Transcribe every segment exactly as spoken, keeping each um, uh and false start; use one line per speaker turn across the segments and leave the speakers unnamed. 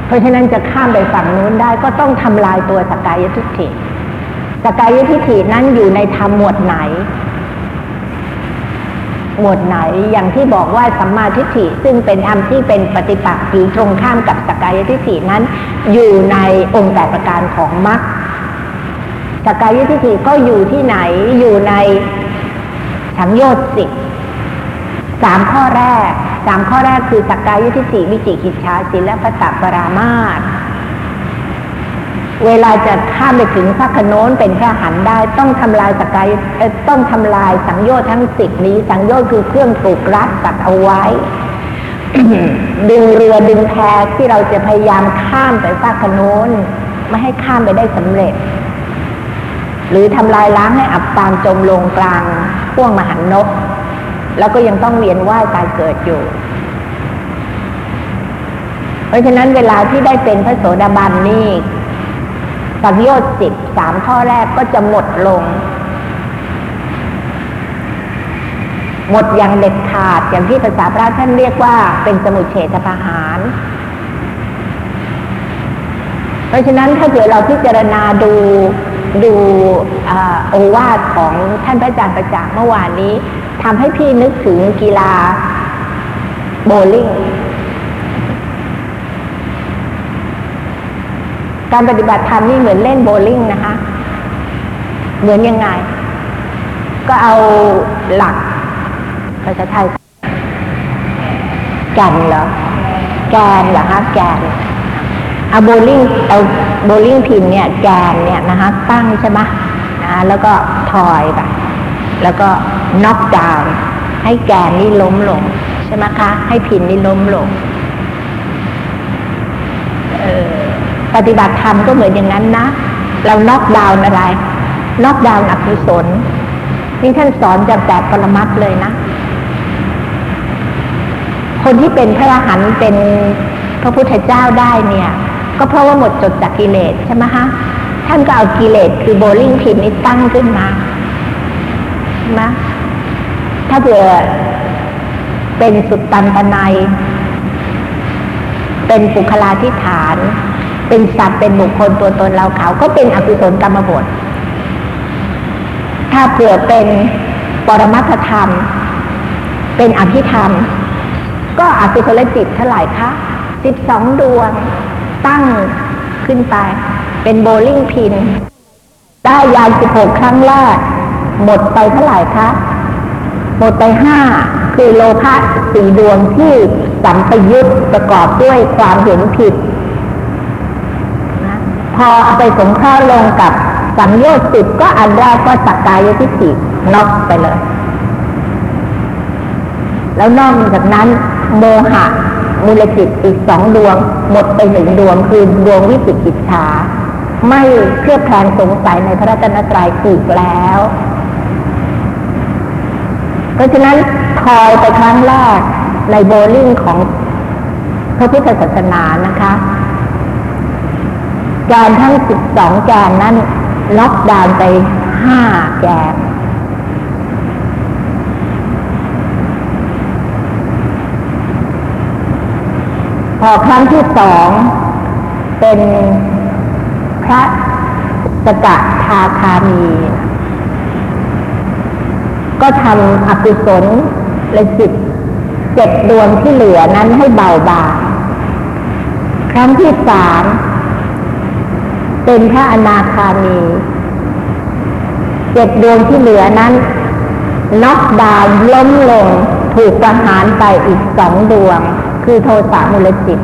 เพราะฉะนั้นจะข้ามไปฝั่งนู้นได้ก็ต้องทำลายตัวสักกายทิฏฐิสักกายทิฏฐินั้นอยู่ในธรรมหมวดไหนหมวดไหนอย่างที่บอกว่าสัมมาทิฏฐิซึ่งเป็นธรรมที่เป็นปฏิปักษ์หรือตรงข้ามกับสักกายทิฏฐินั้นอยู่ในองค์แปดประการของมรรคสักกายทิฏฐิก็อยู่ที่ไหนอยู่ในสังโยชน์สิบสามข้อแรกสามข้อแรกคือสักกายทิฏฐิวิจิกิจฉาศีลพัสสะปรามาสเวลาจะข้ามไปถึงพระโขนนเป็นพระอรหันต์ได้ต้องทำลายสักกายต้องทำลายสังโยชน์ทั้งสิบนี้สังโยชน์คือเครื่องผูกรัดตัดเอาไว้ ดึงเรือดึงแพที่เราจะพยายามข้ามไปพระโขนนไม่ให้ข้ามไปได้สำเร็จหรือทำลายล้างให้อับปางจมลงกลางห้วงมหันนบแล้วก็ยังต้องเวียนว่ายตายเกิดอยู่เพราะฉะนั้นเวลาที่ได้เป็นพระโสดาบันนี่สังโยชน์สิบสามข้อแรกก็จะหมดลงหมดอย่างเด็ดขาดอย่างที่ภาษาพระท่านเรียกว่าเป็นสมุจเฉทประหารเพราะฉะนั้นถ้าเกิดเราพิจารณาดูดูโอวาทของท่านพระอาจารย์ประจักษ์เมื่อวานนี้ทำให้พี่นึกถึงกีฬาโบว์ลิ่งการปฏิบัติธรรมนี่เหมือนเล่นโบว์ลิ่งนะคะเหมือนยังไงก็เอาหลักภาษาไทยแกนเหรอแกนเหรอคะแกนเอาโบว์ลิ่งเอาโบว์ลิ่งพินเนี่ยแกนเนี่ยนะคะตั้งใช่ไหมนะแล้วก็ทอยไปแล้วก็น็อกดาวน์ให้แกนนี่ล้มลงใช่ไหมคะให้พินนี่ล้มลงเอ่อปฏิบัติธรรมก็เหมือนอย่างนั้นนะเราน็อกดาวน์อะไรน็อกดาวน์อกุศลนี่ท่านสอนจะแบบปรมัตถ์เลยนะคนที่เป็นพระอรหันต์เป็นพระพุทธเจ้าได้เนี่ยก็เพราะว่าหมดจดจากกิเลสใช่ไหมฮะท่านก็เอากิเลสคือโบลิ่งพินนี้ตั้งขึ้นมาใช่ไหมถ้าเผื่อเป็นสุตตันตนัยเป็นปุคลาธิฐานเป็นสัตว์เป็นบุคคลตัวตนเราเขาก็เป็นอกุศลกรรมบทถ้าเผื่อเป็นปรมัตถธรรมเป็นอภิธรรมก็อกุศลจิตเท่าไหร่คะสิบสองดวงตั้งขึ้นไปเป็นโบลิ่งพินได้ยานสิบหกครั้งแรกหมดไปเท่าไหร่คะหมดไปห้าคือโลภะสี่ดวงที่สัมปยุตประกอบด้วยความเห็นผิดนะพอเอาไปสงเคราะห์ลงกับสังโยชน์สิบก็อันแรกก็สักกายทิฏฐิน็อกไปเลยแล้วนอกจากนั้นโมหะมูลจิตอีกสองดวงหมดไปหนึ่งดวงคือดวงวิจิกิจฉาไม่เคลือบแคลงสงสัยในพระรัตนตรัยอีกแล้วเพราะฉะนั้นทอยไปครั้งแรกในโบลิ่งของพระพุทธศาสนานะคะแกนทั้งสิบสองแกนนั้นล็อกดาวน์ไปห้าแกนพอครั้งที่สองเป็นพระสกทาคามีก็ทำอกุศลเลยสิบเจ็ดดวงที่เหลือนั้นให้เบาบางครั้งที่สามเป็นพระอนาคามีเจ็ดดวงที่เหลือนั้นน็อกดาวน์ล้มลงถูกประหารไปอีกสองดวงคือโทสะมูลจิต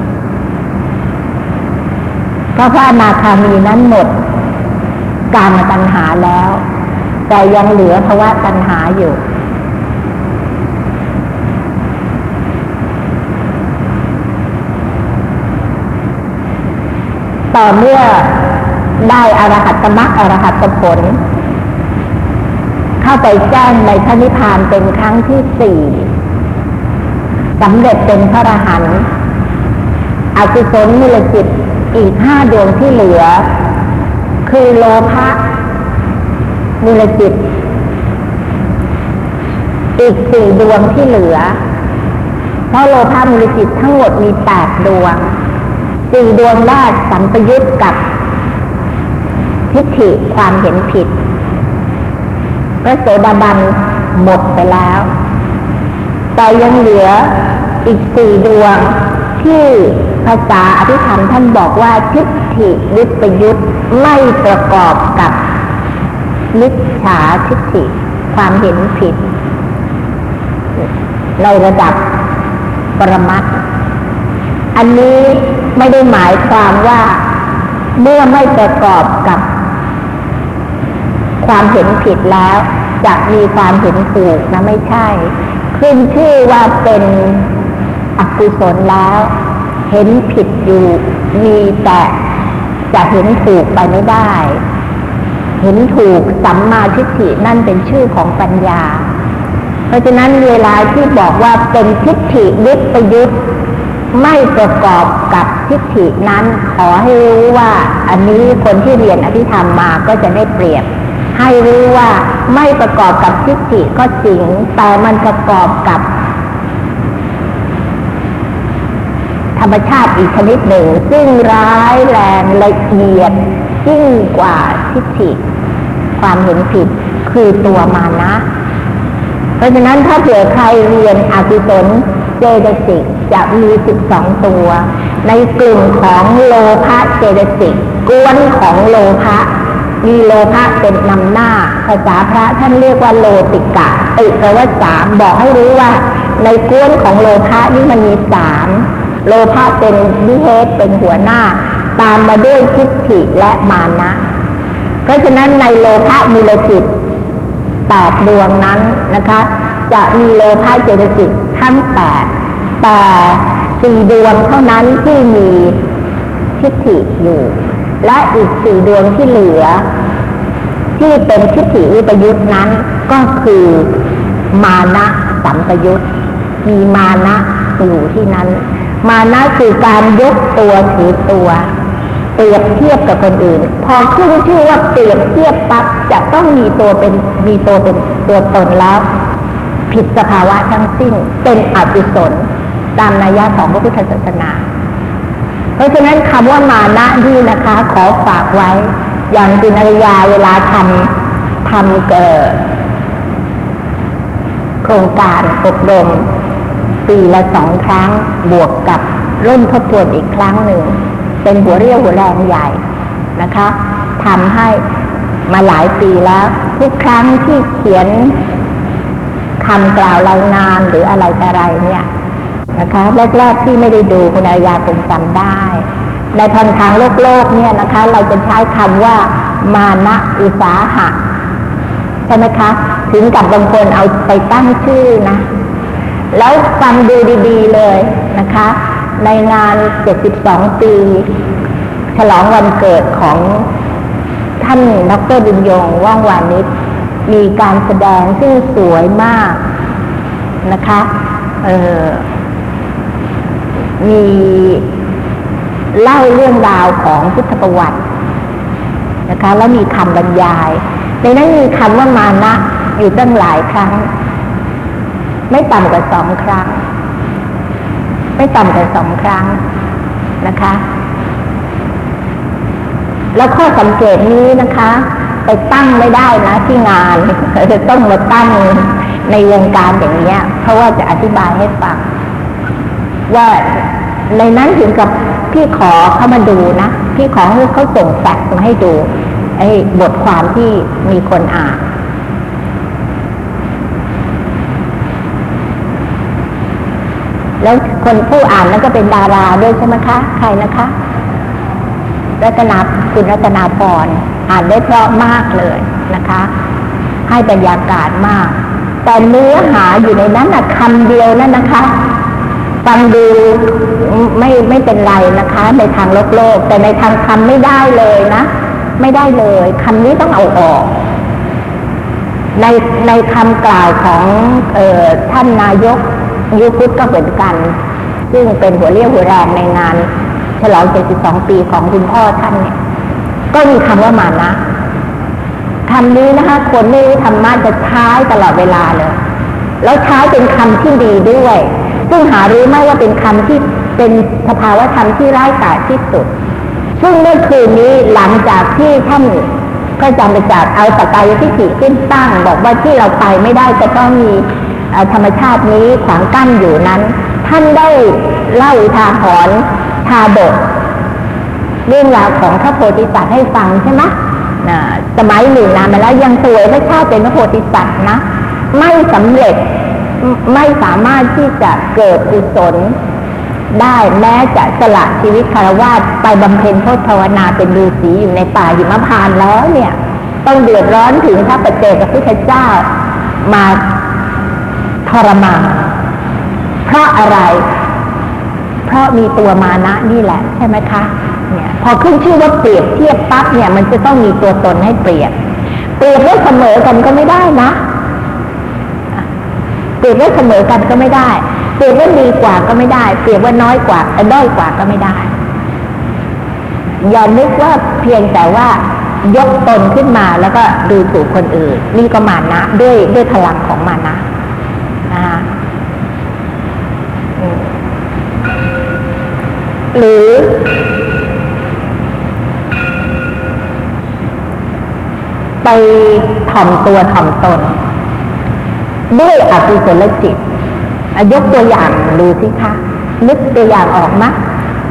เพราะพระอนาคามีนั้นหมดกามตัณหาแล้วแต่ยังเหลือภวตัณหาอยู่ต่อเมื่อได้อรหัตตมรรคอรหัตผลเข้าไปแจ้งในพระนิพพานเป็นครั้งที่สี่สำเร็จเป็นพระอรหันต์อกุศลมูลจิตอีกห้าดวงที่เหลือคือโลภะมูลจิตอีกสี่ดวงที่เหลือเพราะโลภะมูลจิตทั้งหมดมีแปดดวงสสี่ดวงแรกสัมปยุตกับทิฏฐิความเห็นผิดพระโสดาบันหมดไปแล้วแต่ยังเหลืออีกสี่ดวงที่ภาษาอภิธรรมท่านบอกว่าทิฏฐิวิปยุตไม่ประกอบกับมิจฉาทิฏฐิความเห็นผิดในระดับปรมัตถ์อันนี้ไม่ได้หมายความว่าเมื่อไม่ประกอบกับความเห็นผิดแล้วจะมีความเห็นถูกนะไม่ใช่ขึ้นชื่อว่าเป็นอกุศลแล้วเห็นผิดอยู่มีแต่จะเห็นถูกไปไม่ได้เห็นถูกสัมมาทิฏฐินั่นเป็นชื่อของปัญญาเพราะฉะนั้นเวลาที่บอกว่าเป็นทิฏฐิวิปยุตไม่ประกอบกับทิฏฐินั้นขอให้รู้ว่าอันนี้คนที่เรียนอภิธรรมมาก็จะได้เปรียบให้รู้ว่าไม่ประกอบกับทิฏฐิก็จริงแต่มันประกอบกับธรรมชาติอีกชนิดหนึ่งซึ่งร้ายแรงละเอียดยิ่งกว่าทิฏฐิความเห็นผิดคือตัวมานะเพราะฉะนั้นถ้าเผื่อใครเรียนอกุศลเจตสิกจะมีสิบสองตัวในกลุ่มของโลภะเจตสิกกวนของโลภะมีโลภะเป็นนำหน้าภาษาพระท่านเรียกว่าโลติกะติแปลว่าสามบอกให้รู้ว่าในกวนของโลภะนี่มันมีสามโลภะเป็นวิเหตุเป็นหัวหน้าตามมาด้วยทิฏฐิและมานะเพราะฉะนั้นในโลภะมูลจิตแปดดวงนั้นนะคะจะมีโลภะเจตสิกทั้งแปดแต่สี่ดวงเท่านั้นที่มีทิฏฐิอยู่และอีกสี่ดวงที่เหลือที่เป็นทิฏฐิวิปยุตนั้นก็คือมานะสัมปยุตมีมานะอยู่ที่นั้นมานะคือการยกตัวถือตัวเปรียบเทียบกับคนอื่นพอขึ้นชื่อว่าเปรียบเทียบปั๊บจะต้องมีตัวเป็นมีตัวเป็นตัวตนแล้วผิดสภาวะทั้งสิ้นเป็นอกุศลตามนัยยะของพระพุทธศาสนาเพราะฉะนั้นคำว่ามานะนี่นะคะขอฝากไว้อย่างคุณอริยาเวลาทำทำเกิดโครงการอบรมปีละสองครั้งบวกกับร่วมทบทวนอีกครั้งหนึ่งเป็นหัวเรี่ยวหัวแรงใหญ่นะคะทำให้มาหลายปีแล้วทุกครั้งที่เขียนคำกล่าวรายงานหรืออะไรแต่ไรเนี่ยนะคะแรกๆที่ไม่ได้ดูคุณอริยาคงจำได้ในทางทางโลกโลกเนี่ยนะคะเราจะใช้คำว่ามานะอุตสาหะใช่ไหมคะถึงกับบางคนเอาไปตั้งชื่อนะแล้วฟังดูดีๆเลยนะคะในงานเจ็ดสิบสองปีฉลองวันเกิดของท่านดร.บุญยงว่องวานิชมีการแสดงซึ่งสวยมากนะคะเอ่อมีเล่าเรื่องราวของพุทธประวัตินะคะแล้วมีคำบรรยายในนั้นมีคำว่ามานะอยู่ตั้งหลายครั้งไม่ต่ำกว่าสองครั้งไม่ต่ำกว่าสองครั้งนะคะแล้วข้อสังเกตนี้นะคะไปตั้งไม่ได้นะที่งานจะต้องมาตั้งในวงการอย่างนี้เพราะว่าจะอธิบายให้ฟังว่าในนั้นถึงกับพี่ขอเข้ามาดูนะพี่ขอให้เขาส่งแฟกซ์มาให้ดูไอ้บทความที่มีคนอ่านแล้วคนผู้อ่านนั้นก็เป็นดาราด้วยใช่ไหมคะใครนะคะรัตนาคุณรัตนาพรอ่านได้เพราะมากเลยนะคะให้บรรยากาศมากแต่เนื้อหาอยู่ในนั้นนะคำเดียวนั่นนะคะฟังดูไม่ไม่เป็นไรนะคะในทางโลกโลกแต่ในทางธรรมไม่ได้เลยนะไม่ได้เลยคำนี้ต้องเอาออกในในคำกล่าวของเอ่อท่านนายกยุพุทธก็เหมือนกันซึ่งเป็นหัวเรี่ยวหัวแรงในงานฉลองเจ็ดสิบสองปีของคุณพ่อท่านเนี่ยก็มีคำว่ามานะคำนี้นะคะคนไม่รู้ธรรมะจะใช้ตลอดเวลาเลยแล้วใช้เป็นคำที่ดีด้วยซึ่งหารู้ไหมว่าเป็นคำที่เป็นสภาวธรรมที่ร้ายกาจที่สุดซึ่งเมื่อคืนนี้หลังจากที่ท่านพระอาจารย์ประจักษ์เอาสักกายทิฏฐิขึ้นตั้งบอกว่าที่เราไปไม่ได้จะต้องมีธรรมชาตินี้ขวางกั้นอยู่นั้นท่านได้เล่าอุทาหรณ์ชาดกเรื่องราวของพระโพธิสัตว์ให้ฟังใช่ไหมสมัยหนึ่งนานมาแล้วยังสวยพระชาติเป็นพระโพธิสัตว์นะไม่สำเร็จไม่สามารถที่จะเกิดกุศลได้แม้จะสละชีวิตคฤหัสถ์ไปบำเพ็ญโพธิภาวนาเป็นฤาษีอยู่ในป่าหิมพานต์แล้วเนี่ยต้องเดือดร้อนถึงพระปัจเจกพุทธเจ้ามาทรมานเพราะอะไรเพราะมีตัวมานะนี่แหละใช่ไหมคะเนี่ยพอขึ้นชื่อว่าเปรียบเทียบปั๊บเนี่ยมันจะต้องมีตัวตนให้เปรียบเปรียบได้เสมอกันก็ไม่ได้นะเปรียบได้เสมอกันก็ไม่ได้เปรียบว่าดีกว่าก็ไม่ได้เปรียบว่าน้อยกว่าด้อยกว่าก็ไม่ได้อย่านึกว่าเพียงแต่ว่ายกตนขึ้นมาแล้วก็ดูถูกคนอื่นนี่ก็มานะด้วยด้วยพลังของมานะนะคะหรือไปถ่อมตัวถ่อมตนด้วยอกุศลจิตยกตัวอย่างดูสิคะนึกตัวอย่างออกมั้ย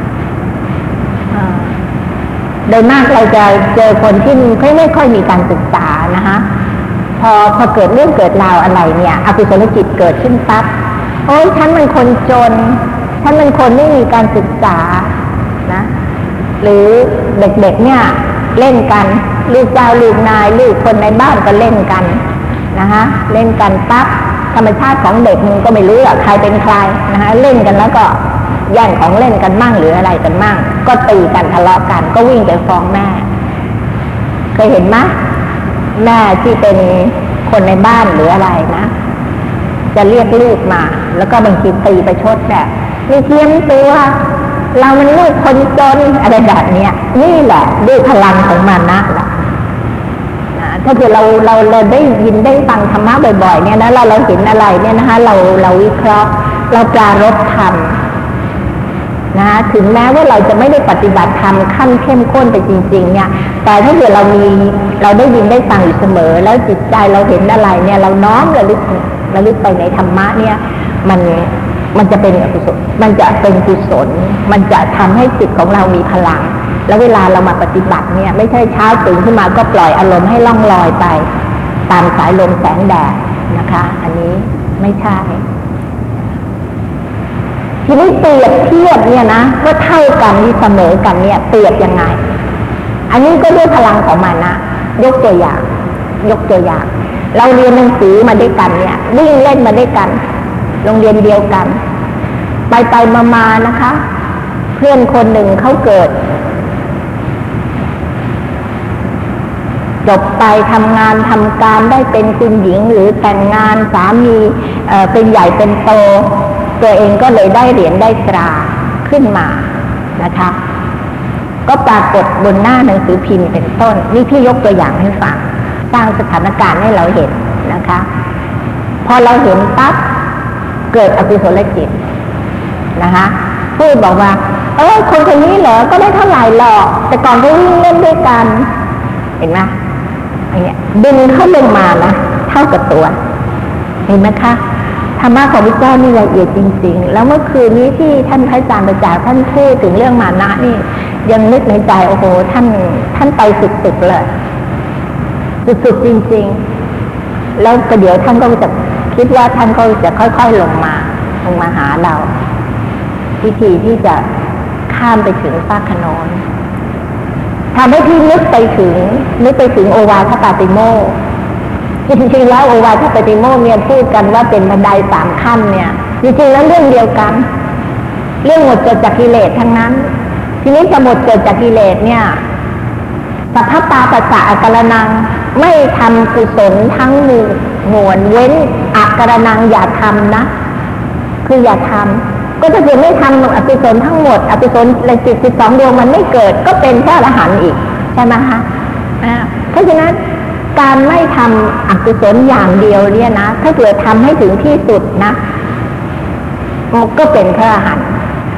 โดยมากเราจะเจอคนที่ไม่ค่อยมีการศึกษานะคะพอพอเกิดเรื่องเกิดราวอะไรเนี่ยอกุศลจิตเกิดขึ้นปั๊บโอ้ยฉันเป็นคนจนฉันเป็นคนไม่มีการศึกษานะหรือเด็กๆเนี่ยเล่นกันลูกเจ้าลูกนายลูกคนในบ้านก็เล่นกันนะคะเล่นกันปั๊บธรรมชาติของเด็กมันก็ไม่รู้อะใครเป็นใครนะคะเล่นกันแล้วก็แย่งของเล่นกันมั่งหรืออะไรกันมั่งก็ตีกันทะเลาะกันก็วิ่งไปฟ้องแม่เคยเห็นไหมแม่ที่เป็นคนในบ้านหรืออะไรนะจะเรียกลูกมาแล้วก็บางทีตีประชดแบบนี่เทียมตัวเรามันลูกคนจนอะไรแบบนี้นี่แหละด้วยพลังของมานะแหละถ้าเกิดเราเราเราได้ยินได้ฟังธรรมะบ่อยๆเนี่ยนะเราเราเห็นอะไรเนี่ยนะคะเราเราวิเคราะห์เราปรารภธรรมนะถึงแม้ว่าเราจะไม่ได้ปฏิบัติธรรมขั้นเข้มข้นไปจริงๆเนี่ยแต่ถ้าเกิดเรามีเราได้ยินได้ฟังอยู่เสมอแล้วจิตใจเราเห็นอะไรเนี่ยเราน้อมระลึกระลึกไปในธรรมะเนี่ยมันมันจะเป็นกุศลมันจะเป็นกุศลมันจะทำให้จิตของเรามีพลังแล้วเวลาเรามาปฏิบัติเนี่ยไม่ใช่เช้าตื่นขึ้นมาก็ปล่อยอารมณ์ให้ล่องลอยไปตามสายลมแสงแดดนะคะอันนี้ไม่ใช่ทีนี้เปรียบเทียบเนี่ยนะว่าเท่ากันนี่เสมอกันเนี่ยเปรียบยังไงอันนี้ก็ด้วยพลังของมันนะยกตัวอย่างยกตัวอย่างเราเรียนหนังสือมาด้วยกันเนี่ยวิ่งเล่นมาด้วยกันโรงเรียนเดียวกันไปไปมาๆนะคะเพื่อนคนหนึ่งเขาเกิดจบไปทำงานทำการได้เป็นคุณหญิงหรือแต่งงานสามีเอ่อเป็นใหญ่เป็นโตตัวเองก็เลยได้เหรียญได้ตราขึ้นมานะคะก็ปรากฏบนหน้าหนังสือพิมพ์เป็นต้นนี่พี่ยกตัวอย่างให้ฟังสร้างสถานการณ์ให้เราเห็นนะคะพอเราเห็นปั๊บเกิดอกุศลจิตนะคะพูดบอกว่าเออคนคนนี้เหรอก็ได้เท่าไหร่หรอกแต่ก่อนก็วิ่งเล่นด้วยกันเห็นไหมอย่างเงี้ยดึงเข้าลงมานะเท่ากับตัวเห็นไหมคะธรรมะของพระเจ้านี่ละเอียดจริงๆแล้วเมื่อคืนนี้ที่ท่านพระอาจารย์ประจักษ์ท่านพูดถึงเรื่องมานะนี่ยังนึกในใจโอ้โหท่านท่านไปสุดๆเลยสุดๆจริงๆแล้วประเดี๋ยวท่านก็จะคิดว่าท่านก็จะค่อยๆลงมาลงมาหาเราวิธีที่จะข้ามไปถึงฟากขนนทำให้พี่นึกไปถึงนึกไปถึงโอวาทปาติโมกข์จริงๆแล้วโอวาทปาติโมกข์เนี่ยพูดกันว่าเป็นบันไดสามขั้นเนี่ยจริงๆแล้วเรื่องเดียวกันเรื่องหมดจดจากกิเลสทั้งนั้นทีนี้จะหมดจดจากกิเลสเนี่ยสัพพตาปัสสะอักรนังไม่ทำกุศลทั้งมวลเว้นอักรนังอย่าทำนะคืออย่าทำก็ถ้าเกิดไม่ทำอกุศลทั้งหมดอกุศลในจิตสิบสองดวงมันไม่เกิดก็เป็นแค่อรหันต์อีกใช่ไหมคะเพราะฉะนั้นการไม่ทำอกุศลอย่างเดียวเนี่ยนะถ้าเกิดทำให้ถึงที่สุดนะก็เป็นพระอรหันต์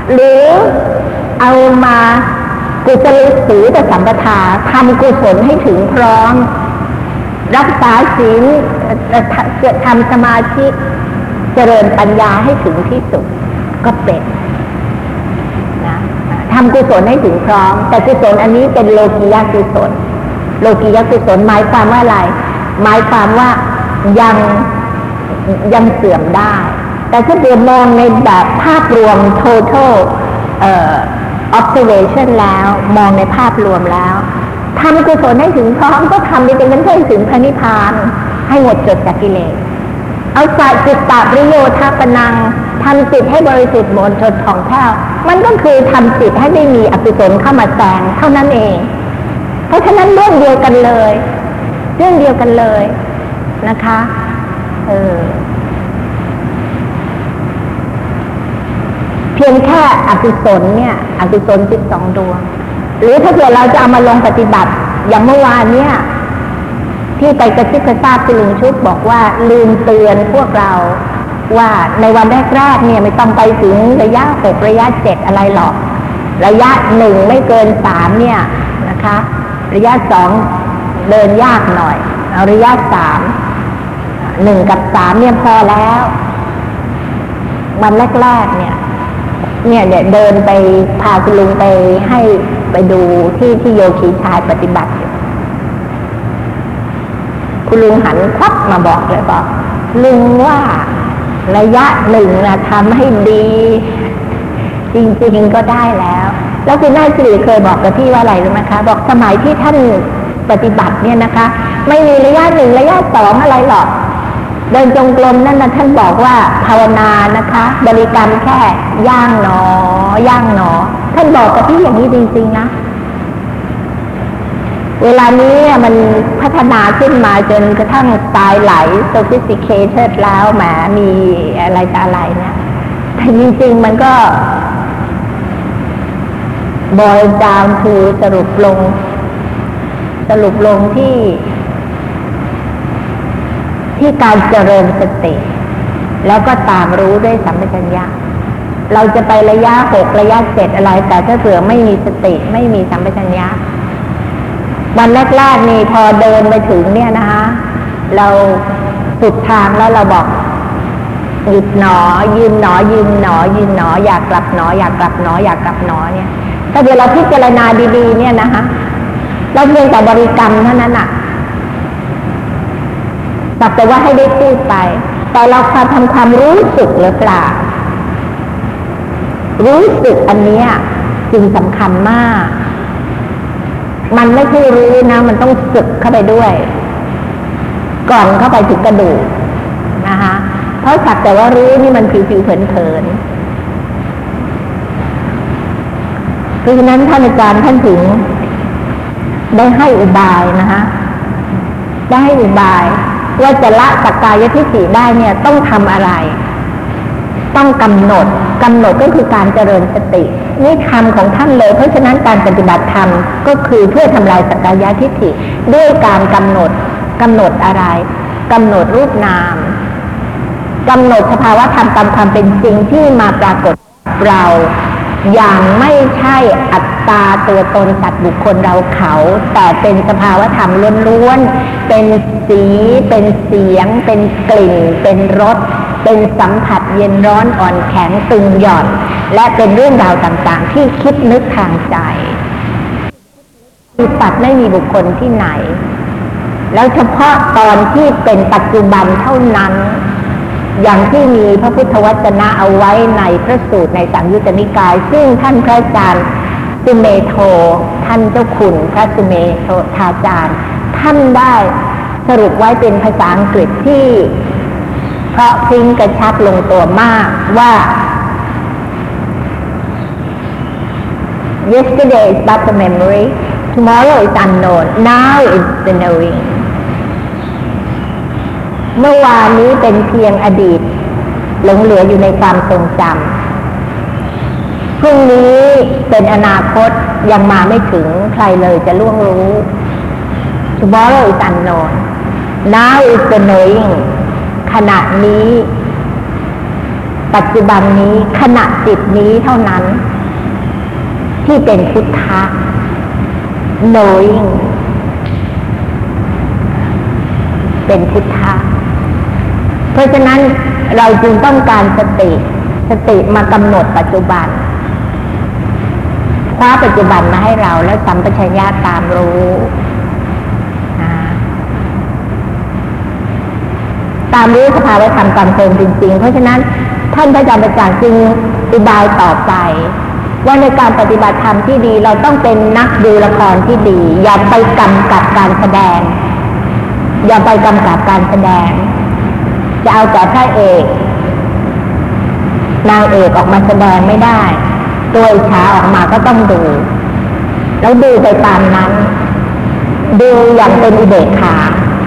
หรือเอามากุศลศีลสัมปทาทำกุศลให้ถึงพร้อมรักษาศีลทำสมาธิเจริญปัญญาให้ถึงที่สุดก็เป็นนะทำกุศลให้ถึงพร้อมแต่กุศลอันนี้เป็นโลกียกุศลโลกียกุศลหมายความว่าอะไรหมายความว่ายังยังเสื่อมได้แต่ถ้าเดี๋ยวมองในแบบภาพรวม total เอ่อ observation แล้วมองในภาพรวมแล้วทำกุศลให้ถึงพร้อมก็ทำไปจนกระทั่งถึงพระนิพพานให้หมดจดจากกิเลสเอาสายจิตตปริโยทปนังทำจิตให้บริสุทธิ์หมดจดผ่องแผ้วมันก็คือทำจิตให้ไม่มีอกุศลเข้ามาแซงเท่านั้นเองเพราะฉะนั้นเรื่องเดียวกันเลยเรื่องเดียวกันเลยนะคะเออเพียงแค่อกุศลเนี่ยอกุศลสิบสองดวงหรือถ้าเกิดเราจะเอามาลงปฏิบัติอย่างเมื่อวานเนี่ยที่ไปกระซิบกระซาบคุณลุงชุบบอกว่าลืมเตือนพวกเราว่าในวันแรกๆเนี่ยไม่ต้องไปถึงระยะหกระยะเจ็ดอะไรหรอกระยะหนึ่งไม่เกินสามเนี่ยนะคะระยะสองเดินยากหน่อยเอาระยะสามหนึ่งกับสามเนี่ยพอแล้ววันแรกๆเนี่ยเนี่ยเดี๋ยวเดินไปพาคุณลุงไปให้ไปดูที่ที่โยคีชายปฏิบัติอยู่คุณลุงหันควับมาบอกเลยบอกลุงว่าระยะหนึ่งนะทำให้ดีจริงๆก็ได้แล้วแล้วคุณนายสิริเคยบอกกับพี่ว่าอะไรรู้ไหมคะบอกสมัยที่ท่านปฏิบัติเนี่ยนะคะไม่มีระยะหนึ่งระยะสองอะไรหรอกเดินจงกรมนั่นนะท่านบอกว่าภาวนานะคะบริกรรมแค่ย่างหนอย่างหนอท่านบอกกับพี่อย่างนี้จริงๆนะเวลานี้มันพัฒนาขึ้นมาจนกระทั่งสไตล์ไหล sophisticated แล้วแหมมีอะไรต่ออะไรเนี่ยแต่จริงๆมันก็ boil down to สรุปลงสรุปลงที่ที่การเจริญสติแล้วก็ตามรู้ด้วยสัมปชัญญะเราจะไประยะหกระยะเจ็ดอะไรแต่ถ้าเผื่อไม่มีสติไม่มีสัมปชัญญะวันแรกๆนี่พอเดินไปถึงเนี่ยนะคะเราสุดทางแล้วเราบอกหยุดหนอยืนหนอยืนหนอยืนหนออยากกลับหนออยากกลับหนออยากกลับหนอเนี่ยถ้าเดี๋ยวเราพิจารณาดีๆเนี่ยนะคะเราเพียงแต่บริกรรมเท่านั้นน่ะสักแต่ว่าให้ได้พูดไปแต่เราความทำความรู้สึกหรือเปล่ารู้สึกอันนี้จึงสำคัญมากมันไม่ใช่รู้นะมันต้องสึกเข้าไปด้วยก่อนเข้าไปถึงกระดูกนะคะเพราะสักแต่ว่ารู้นี่มันผิวๆเผินๆเพราะฉะนั้นท่านอาจารย์ท่านถึงได้ให้อุบายนะคะได้ให้อุบายว่าจะละสักกายทิฏฐิได้เนี่ยต้องทำอะไรต้องกำหนดกำหนดก็คือการเจริญสตินี่คำของท่านเลยเพราะฉะนั้นการปฏิบัติธรรมก็คือเพื่อทำลายสักกายทิฏฐิด้วยการกำหนดกำหนดอะไรกำหนดรูปนามกำหนดสภาวะธรรมตามความเป็นจริงที่มาปรากฏเราอย่างไม่ใช่อัตตาตัวตนสัตว์บุคคลเราเขาแต่เป็นสภาวะธรรมล้วนๆเป็นสีเป็นเสียงเป็นกลิ่นเป็นรสเป็นสัมผัสเย็นร้อนอ่อนแข็งตึงหย่อนและเป็นเรื่องราวต่างๆที่คิดนึกทางใจมีสัตว์ไม่มีบุคคลที่ไหนแล้วเฉพาะตอนที่เป็นปัจจุบันเท่านั้นอย่างที่มีพระพุทธวจนะเอาไว้ในพระสูตรในสังยุตตนิกายซึ่งท่านพระอาจารย์สุเมโทท่านเจ้าคุณพระสุเมโทธาจารย์ท่านได้สรุปไว้เป็นภาษาอังกฤษที่เพราะพริ้งกระชับลงตัวมากว่า yesterday is but a memory tomorrow is unknown now is the knowingเมื่อวานนี้เป็นเพียงอดีตหลงเหลืออยู่ในความทรงจำพรุ่งนี้เป็นอนาคตยังมาไม่ถึงใครเลยจะล่วงรู้ tomorrow is unknown now is the knowing ขณะนี้ปัจจุบันนี้ขณะจิตนี้เท่านั้นที่เป็นพุทธะ knowing เป็นพุทธะเพราะฉะนั้นเราจึงต้องการสติสติมากำหนดปัจจุบันคว้าปัจจุบันมาให้เราแล้วสัมปชัญญะตามรู้ตามรู้สภาวะธรรมตามเป็นจริงๆเพราะฉะนั้นท่านพระอาจารย์ประจักษ์จึงอุบายต่อไปว่าในการปฏิบัติธรรมที่ดีเราต้องเป็นนักดูละครที่ดีอย่าไปกำกับการแสดงอย่าไปกำกับการแสดงจะเอาแต่พระเอกนางเอกออกมาแสดงไม่ได้ตัวอิจฉาออกมาก็ต้องดูแล้วดูไปตามนั้นดูอย่างเป็นอุเบกขา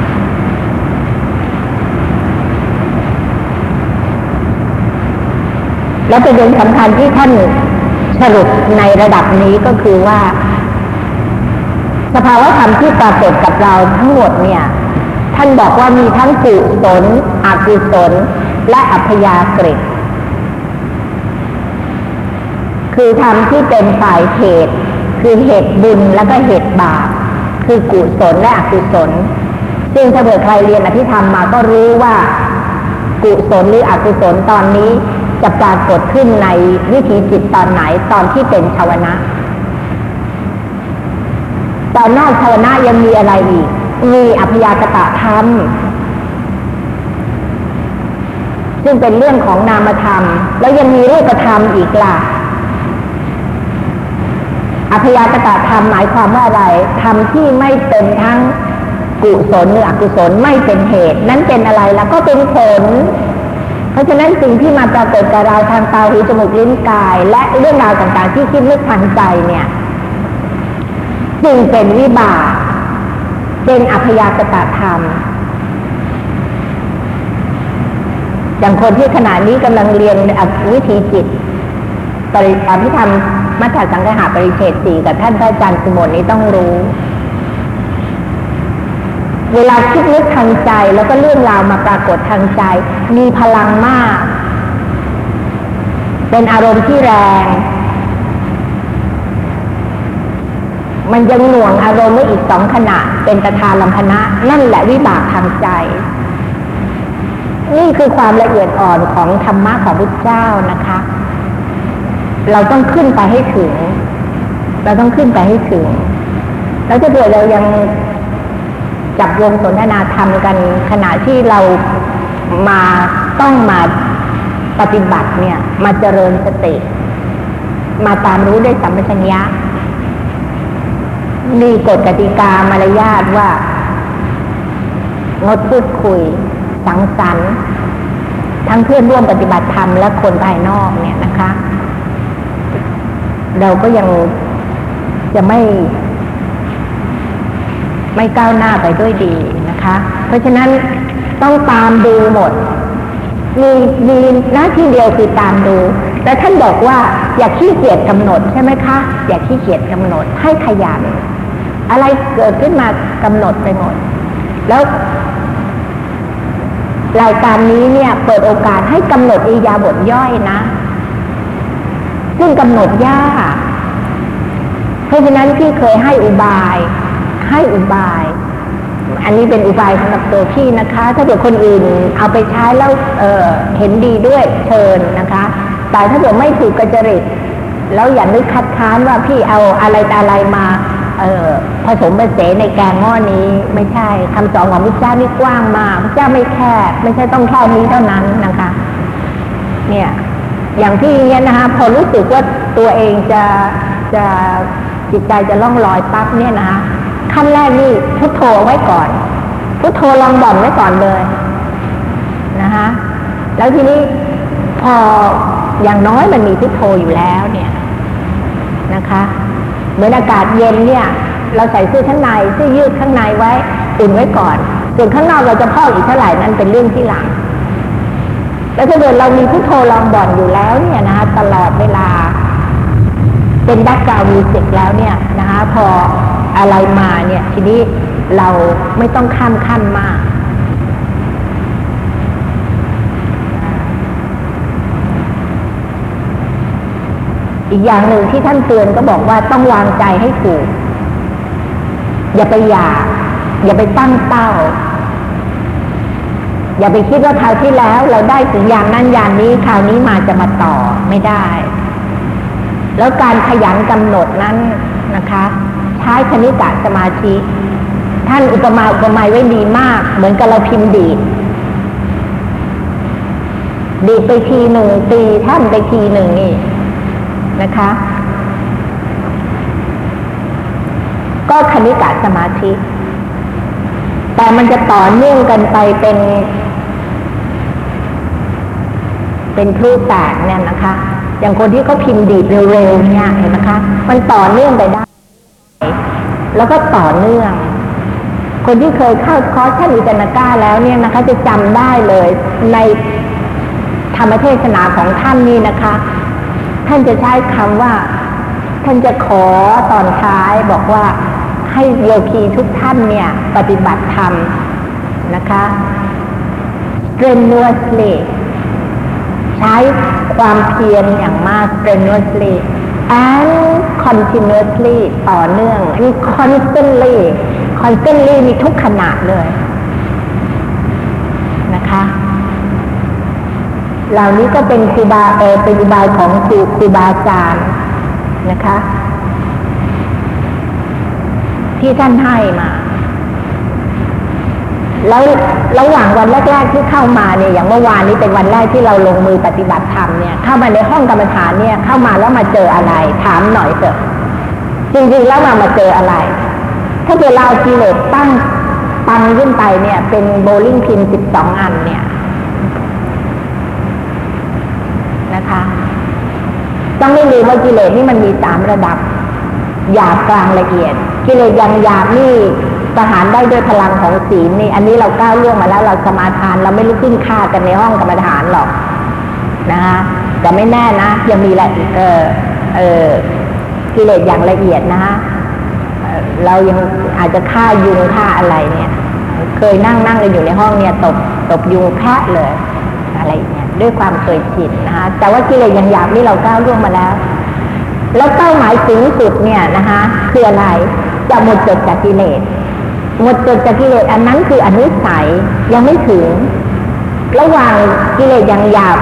และประเด็นสำคัญที่ท่านสรุปในระดับนี้ก็คือว่าสภาวะธรรมที่ปรากฏกับเราทั้งหมดเนี่ยท่านบอกว่ามีทั้งกุศลอกุศลและอัพยากฤิคือธรรมที่เป็นฝ่ายเหตุคือเหตุบุญแล้วก็เหตุบาปคือกุศลและอกุศลซึ่งถ้าเกิดใครเรียนอภิธรรมมาก็รู้ว่ากุศลหรืออกุศลตอนนี้จะปรากฏขึ้นในวิถีจิตตอนไหนตอนที่เป็นชาวนะตอนหน้าชาวนะยังมีอะไรอีกมีอัพยากตธรรมซึ่งเป็นเรื่องของนามธรรมแล้วยังมีรูปธรรมอีกล่ะอัพยากตธรรมหมายความว่าอะไรธรรมที่ไม่เป็นทั้งกุศลหรืออกุศลไม่เป็นเหตุนั้นเป็นอะไรล่ะก็เป็นผลเพราะฉะนั้นสิ่งที่มาปรากฏกับเราทางตาหูจมูกลิ้นกายและเรื่องราวต่างๆที่คิดนึกทางใจเนี่ยจึงเป็นวิบากเป็นอัพยากตธรรมอย่างคนที่ขณะนี้กำลังเรียนวิธีจิตปริอภิธรรมมัทธสังฆะปริเฉดสี่กับท่านพระอาจารย์สุโมนนี้ต้องรู้เวลาคิดนึกทางใจแล้วก็เรื่องราวมาปรากฏทางใจมีพลังมากเป็นอารมณ์ที่แรงมันยังหน่วงอารมณ์ไว้อีกสองขณะเป็นตถาลัมพนะนั่นแหละวิบากทางใจนี่คือความละเอียดอ่อนของธรรมะของพุทธเจ้านะคะเราต้องขึ้นไปให้ถึงเราต้องขึ้นไปให้ถึงแล้วถ้าเกิดเรายังจับวงสนทนาธรรมกันขณะที่เรามาต้องมาปฏิบัติเนี่ยมาเจริญสติมาตามรู้ด้วยสัมปชัญญะมีกฎกติกามารยาทว่างดพูดคุยสังสรรค์ทั้งเพื่อนร่วมปฏิบัติธรรมและคนภายนอกเนี่ยนะคะเราก็ยังจะไม่ไม่ก้าวหน้าไปด้วยดีนะคะเพราะฉะนั้นต้องตามดูหมดมีมีหน้าที่เดียวคือตามดูแต่ท่านบอกว่าอย่าขี้เกียจกำหนดใช่ไหมคะอย่าขี้เกียจกำหนดให้ขยันอะไรเกิดขึ้นมากำหนดไปหมดแล้วรายการนี้เนี่ยเปิดโอกาสให้กำหนดอิริยาบถย่อยนะซึ่งกำหนดยากเพราะฉะนั้นพี่เคยให้อุบายให้อุบายอันนี้เป็นอุบายสำหรับตัวพี่นะคะถ้าเกิดคนอื่นเอาไปใช้แล้วเอ่อเห็นดีด้วยเชิญนะคะแต่ถ้าเกิดไม่ถูกกจริตแล้วอย่านึกคัดค้านว่าพี่เอาอะไรแต่อะไรมาเอ่อผสมผสานในแกงหม้อนี้ไม่ใช่คำสอนของพระเจ้านี่กว้างมากพระเจ้าไม่แค่ไม่ใช่ต้องแค่นี้เท่านั้นนะคะเนี่ยอย่างที่เนี่ยนะคะพอรู้สึกว่าตัวเองจะจะจิตใจจะล่องลอยปั๊บเนี่ยนะคะขั้นแรกนี่พุทโธไว้ก่อนพุทโธลองบ่อนไว้ก่อนเลยนะคะแล้วทีนี้พออย่างน้อยมันมีพุทโธอยู่แล้วเนี่ยนะคะเหมือนอากาศเย็นเนี่ยเราใส่เสื้อชั้นในเสื้อยืดข้างในไว้อุ่นไว้ก่อนส่วนข้างนอกเราจะพอกอีกเท่าไหร่นั้นเป็นเรื่องที่หลังแล้วถ้าเกิดเรามีพุทโธลองบ่อนอยู่แล้วเนี่ยนะคะตลอดเวลาเป็นแบ็คกราวด์มิวสิกแล้วเนี่ยนะคะพออะไรมาเนี่ยทีนี้เราไม่ต้องข้ามขั้นมากอีกอย่างหนึ่งที่ท่านเตือนก็บอกว่าต้องวางใจให้ถูกอย่าไปอยากอย่าไปตั้งเป้าอย่าไปคิดว่าคราวที่แล้วเราได้ถึงอย่างนั้นอย่างนี้คราวนี้มาจะมาต่อไม่ได้แล้วการขยันกำหนดนั้นนะคะใช้คณิกะสมาธิท่านอุปมาอุปไมยไว้ดีมากเหมือนกับเราพิมพ์ดีดดีดไปทีหนึ่งตีท่านไปทีหนึ่งนี่นะคะก็คณิกะสมาธิแต่มันจะต่อเนื่องกันไปเป็นเป็นพลุแตกเนี่ยนะคะอย่างคนที่เขาพิมพ์ดีดเร็วๆเนี่ยเห็นไหมคะมันต่อเนื่องไปได้แล้วก็ต่อเนื่องคนที่เคยเข้าคอร์สท่านอุจนก้าแล้วเนี่ยนะคะจะจำได้เลยในธรรมเทศนาของท่านนี่นะคะท่านจะใช้คำว่าท่านจะขอตอนท้ายบอกว่าให้โยคีทุกท่านเนี่ยปฏิบัติธรรมนะคะ strenuously ใช้ความเพียรอย่างมาก strenuously and continuously ต่อเนื่อง and constantly constantly มีทุกขณะเลยนะคะเหล่านี้ก็เป็นครูบาเออเป็นอุบายของครูครูบาอาจารย์นะคะที่ท่านให้มาแล้วระหว่างวันแรกๆที่เข้ามาเนี่ยอย่างเมื่อวานนี้เป็นวันแรกที่เราลงมือปฏิบัติธรรมเนี่ยเข้ามาในห้องกรรมฐานเนี่ยเข้ามาแล้วมาเจออะไรถามหน่อยเถอะจริงๆแล้วมามาเจออะไรถ้าเกิดเรากิเลสตั้งปังขึ้นไปเนี่ยเป็นโบลิ่งพินสิบสองอันเนี่ยนะคะต้องไม่ลืมว่ากิเลสนี่มันมีสามระดับหยาบกลางละเอียดกิเลสอย่างหยาบนี่ประหารได้ด้วยพลังของศีลนี่อันนี้เราก้าวล่วงมาแล้วเราสมาทานเราไม่ลุกขึ้นฆ่ากันในห้องกรรมฐานหรอกนะคะแต่ไม่แน่นะยังมีละเออเออกิเลสอย่างละเอียดนะฮะเรายังอาจจะฆ่ายุงฆ่าอะไรเนี่ยเคยนั่งนั่งกันอยู่ในห้องเนี่ยตบตบยุงแพะเลยอะไรเนี่ยด้วยความเคยชินนะคะแต่ว่ากิเลสอย่างหยาบนี่เราก้าวล่วงมาแล้วแล้วเป้าหมายสูงสุดเนี่ยนะคะคืออะไรจะหมดจดจากกิเลสหมดจดจากกิเลสอันนั้นคืออนุสัยยังไม่ถึงระหว่างกิเลสอย่างหยาบ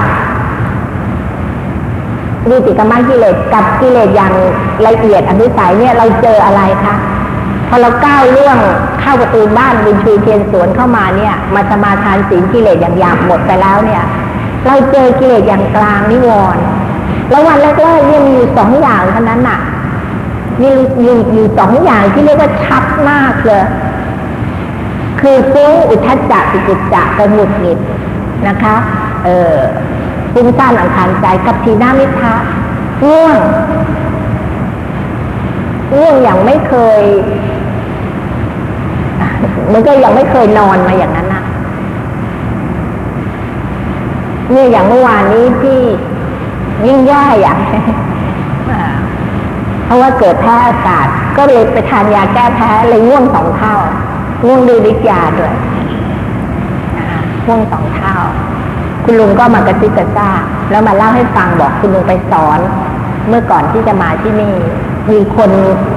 วิจิกรรมกิเลสกับกิเลสอย่างละเอียดอนุสัยเนี่ยเราเจออะไรคะพอเราก้าวล่วงเข้าประตูบ้านบุญชูเทียนสวนเข้ามาเนี่ยมาสมาทานศีลกิเลสอย่างหยาบหมดไปแล้วเนี่ยเราเจอกิเลสอย่างกลางนิวรณ์แล้ววันแรกๆเนี่ยมีอยู่สองอย่างเท่านั้นน่ะมีอยู่อยู่สองอย่างที่เรียกว่าชัดมากเลยคือฟุ้งอุทธัจจะปิกุจจะกระหงุดหงิดนะคะเออฟุ้งซ่านอังคารใจกับทีนามิทะง่วงง่วงอย่างไม่เคยมันก็ยังไม่เคยนอนมาอย่างนั้นนะนี่อย่างเมื่อวานนี้ที่ยิ่งแย่อย่างเพราะว่าเกิดแพ้อากาศก็เลยไปทานยาแก้แพ้เลยง่วงสองเท่าง่วงด้วยฤทธิ์ยาด้วยง่วงสองเท่าคุณลุงก็มากระซิบกระซาบแล้วมาเล่าให้ฟังบอกคุณลุงไปสอนเมื่อก่อนที่จะมาที่นี่มีคน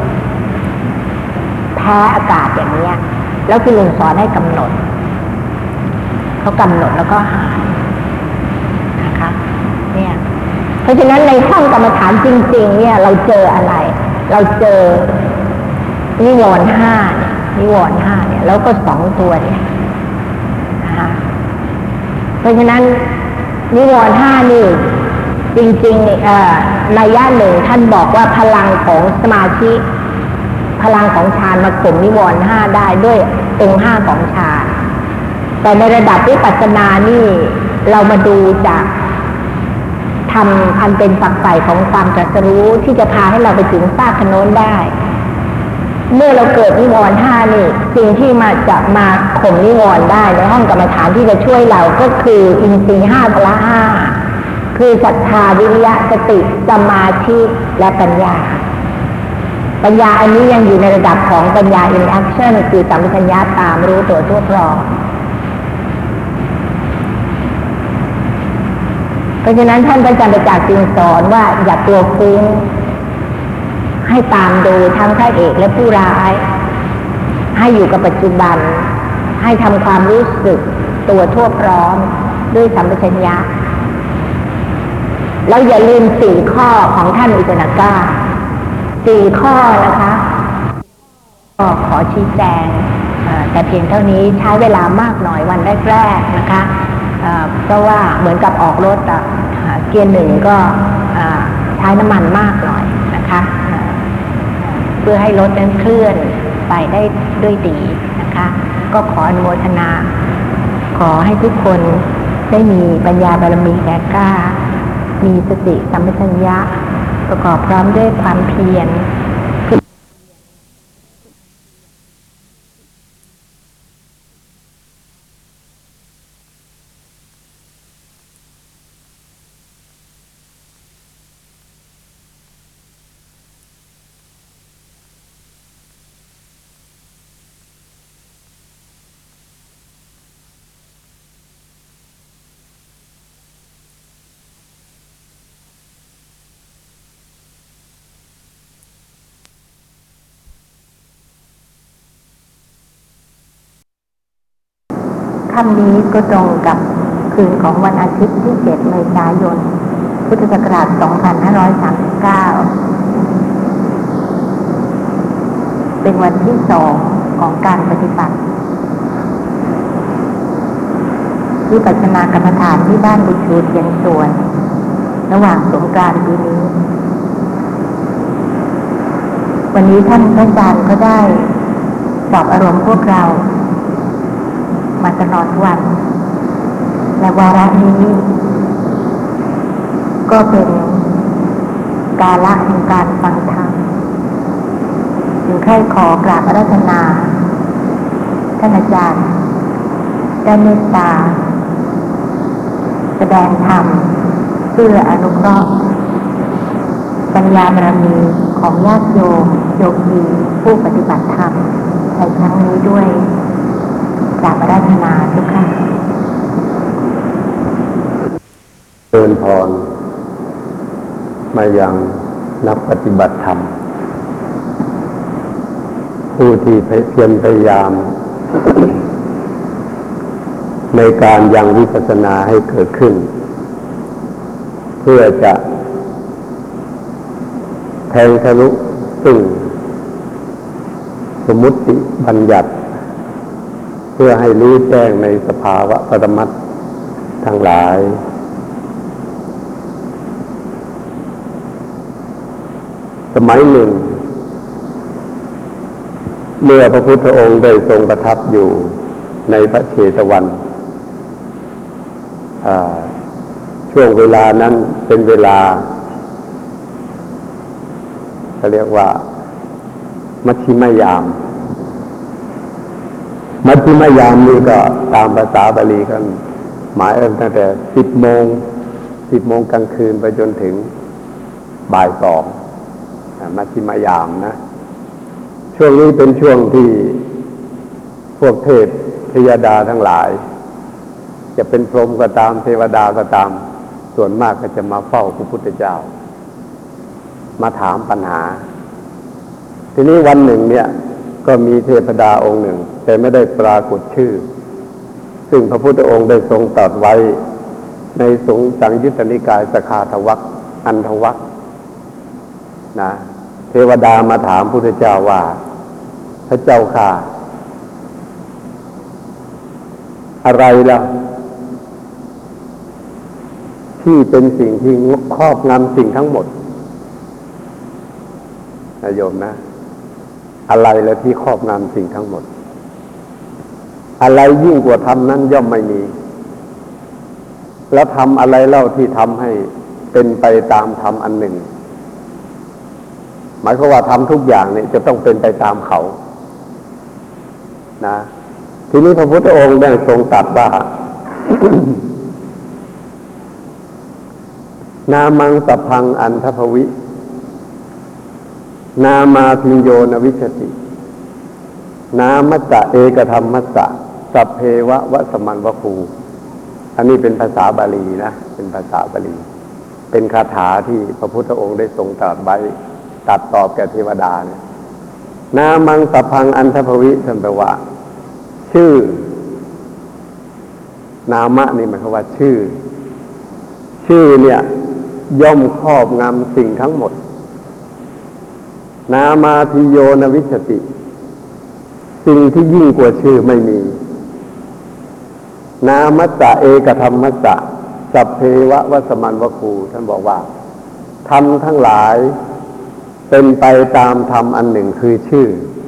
แพ้อากาศอย่างเนี้ยแล้วคุณลุงสอนให้กำหนดเขากำหนดแล้วก็หายนะคะเนี่ยเพราะฉะนั้นในห้องกรรมฐานจริงๆเนี่ยเราเจออะไรเราเจอนิวรณ์ห้าเนี่ยนิวรณ์ห้าเนี่ยแล้วก็สองตัวเนี่ยนะคะเพราะฉะนั้นนิวรณ์ห้านี่จริงๆเอ่อในย่าหนึ่งท่านบอกว่าพลังของสมาธิพลังของฌานมาข่มนิวรณ์ห้าได้ด้วยองค์ห้าของฌานแต่ในระดับวิปัสสนานี่เรามาดูจากทำอันเป็นฝักใฝ่ของความตรัสรู้ที่จะพาให้เราไปถึงซากขโน้นได้เมื่อเราเกิดนิวรณ์ห้านี่สิ่งที่มาจะมาข่มนิวรณ์ได้ในห้องกรรมฐานที่จะช่วยเราก็คืออินทรีย์ห้าพละห้าคือศรัทธาวิริยะสติสมาธิและปัญญาปัญญาอันนี้ยังอยู่ในระดับของปัญญา in action คือสัมปชัญญะตามรู้ตัวทั่วพร้อมเพราะฉะนั้นท่านพระอาจารย์ประจักษ์จึงสอนว่าอย่ากลัวฟุ้งให้ตามดูทั้งพระเอกและผู้ร้ายให้อยู่กับปัจจุบันให้ทำความรู้สึกตัวทั่วพร้อมด้วยสัมปชัญญะแล้วอย่าลืมสี่ข้อของท่านอุตนกาสี่ข้อนะคะก็ขอชี้แจงแต่เพียงเท่านี้ใช้เวลามากหน่อยวันแรกๆนะคะเพราะว่าเหมือนกับออกรถเกียร์หนึ่งก็ใช้น้ำมันมากหน่อยนะคะเพื่อให้รถนั้นเคลื่อนไปได้ด้วยดีนะคะก็ขออนุโมทนาขอให้ทุกคนได้มีปัญญาบารมีแก่กล้ามีสติสัมปชัญญะประกอบพร้อมด้วยความเพียรค่ำนี้ก็ตรงกับคืนของวันอาทิตย์ที่เจ็ดเมษายนพุทธศักราชสองพันห้าร้อยสามสิบเก้าเป็นวันที่สองของการปฏิบัติวิปัสสนากรรมฐานที่บ้านบุญชูเทียนสวนระหว่างสงกรานต์ปีนี้วันนี้ท่านพระอาจารย์ก็ได้สอบอารมณ์พวกเรามาตลอดวันและวาระนี้ก็เป็นกาละแห่งการฟังธรรมจึงใคร่ขอกราบอาราธนาท่านอาจารย์ได้เมตตาแสดงธรรมเพื่ออนุเคราะห์ปัญญาบารมีของญาติโยมโยคีผู้ปฏิบัติธรรมในครั้งนี้ด้วยกราบอาราธนาทุกท่าน
เชิญพรมายังนักปฏิบัติธรรมผู้ที่เพียรพยายาม ในการยังวิปัสสนาให้เกิดขึ้นเพื่อจะแทงทะลุซึ่งสมมุติบัญญัติเพื่อให้รู้แจ้งในสภาวะปรมัตถ์ทั้งหลายสมัยหนึ่งเมื่อพระพุทธองค์ได้ทรงประทับอยู่ในพระเชตวันช่วงเวลานั้นเป็นเวลาเขาเรียกว่ามัชฌิมยามมัชฌิมยามนี่ก็ตามภาษาบาลีกันหมายตั้งแต่สิบโมงสิบโมงกลางคืนไปจนถึงบ่ายสองมัชฌิมยามนะช่วงนี้เป็นช่วงที่พวกเทพเทวดาทั้งหลายจะเป็นพรหมก็ตามเทวดาก็ตามส่วนมากก็จะมาเฝ้าพระพุทธเจ้ามาถามปัญหาทีนี้วันหนึ่งเนี่ยก็มีเทพดาองค์หนึ่งแต่ไม่ได้ปรากฏชื่อซึ่งพระพุทธองค์ได้ทรงตรัสไว้ในสงสังยุตตนิกายสขาทวรรคอันทวรรคนะเทวดามาถามพระพุทธเจ้าว่าพระเจ้าค่ะอะไรล่ะที่เป็นสิ่งที่ครอบงำสิ่งทั้งหมดนะโยมนะอะไรล่ะที่ครอบงำสิ่งทั้งหมดอะไรยิ่งกว่าธรรมนั้นย่อมไม่มีแล้วทำอะไรเล่าที่ทำให้เป็นไปตามธรรมอันหนึ่งหมายความว่าทำทุกอย่างเนี่ยจะต้องเป็นไปตามเขานะทีนี้พระพุทธองค์ได้ทรงตรัสว่า นามังสัพพังอันทภวินามาพิญโยนวิชตินามัสสะเอกธรรมมัสสะสัพเพวะวะสมันวะคูอันนี้เป็นภาษาบาลีนะเป็นภาษาบาลีเป็นคาถาที่พระพุทธองค์ได้ทรงตรัสไว้ตรัสตอบแก่เทวดาเนี่ยนามังสัพพังอันทภวิท่านแปลว่าชื่อนามะนี่หมายความว่าชื่อชื่อเนี่ยย่อมครอบงำสิ่งทั้งหมดนามาทิโยนวิชติสิ่งที่ยิ่งกว่าชื่อไม่มีนามัสสะเอกธรรมัสสะสัพเพวะวัสมันวคูท่านบอกว่าธรรมทั้งหลายเป็นไปตามธรรมอันหนึ่งคือชื่อ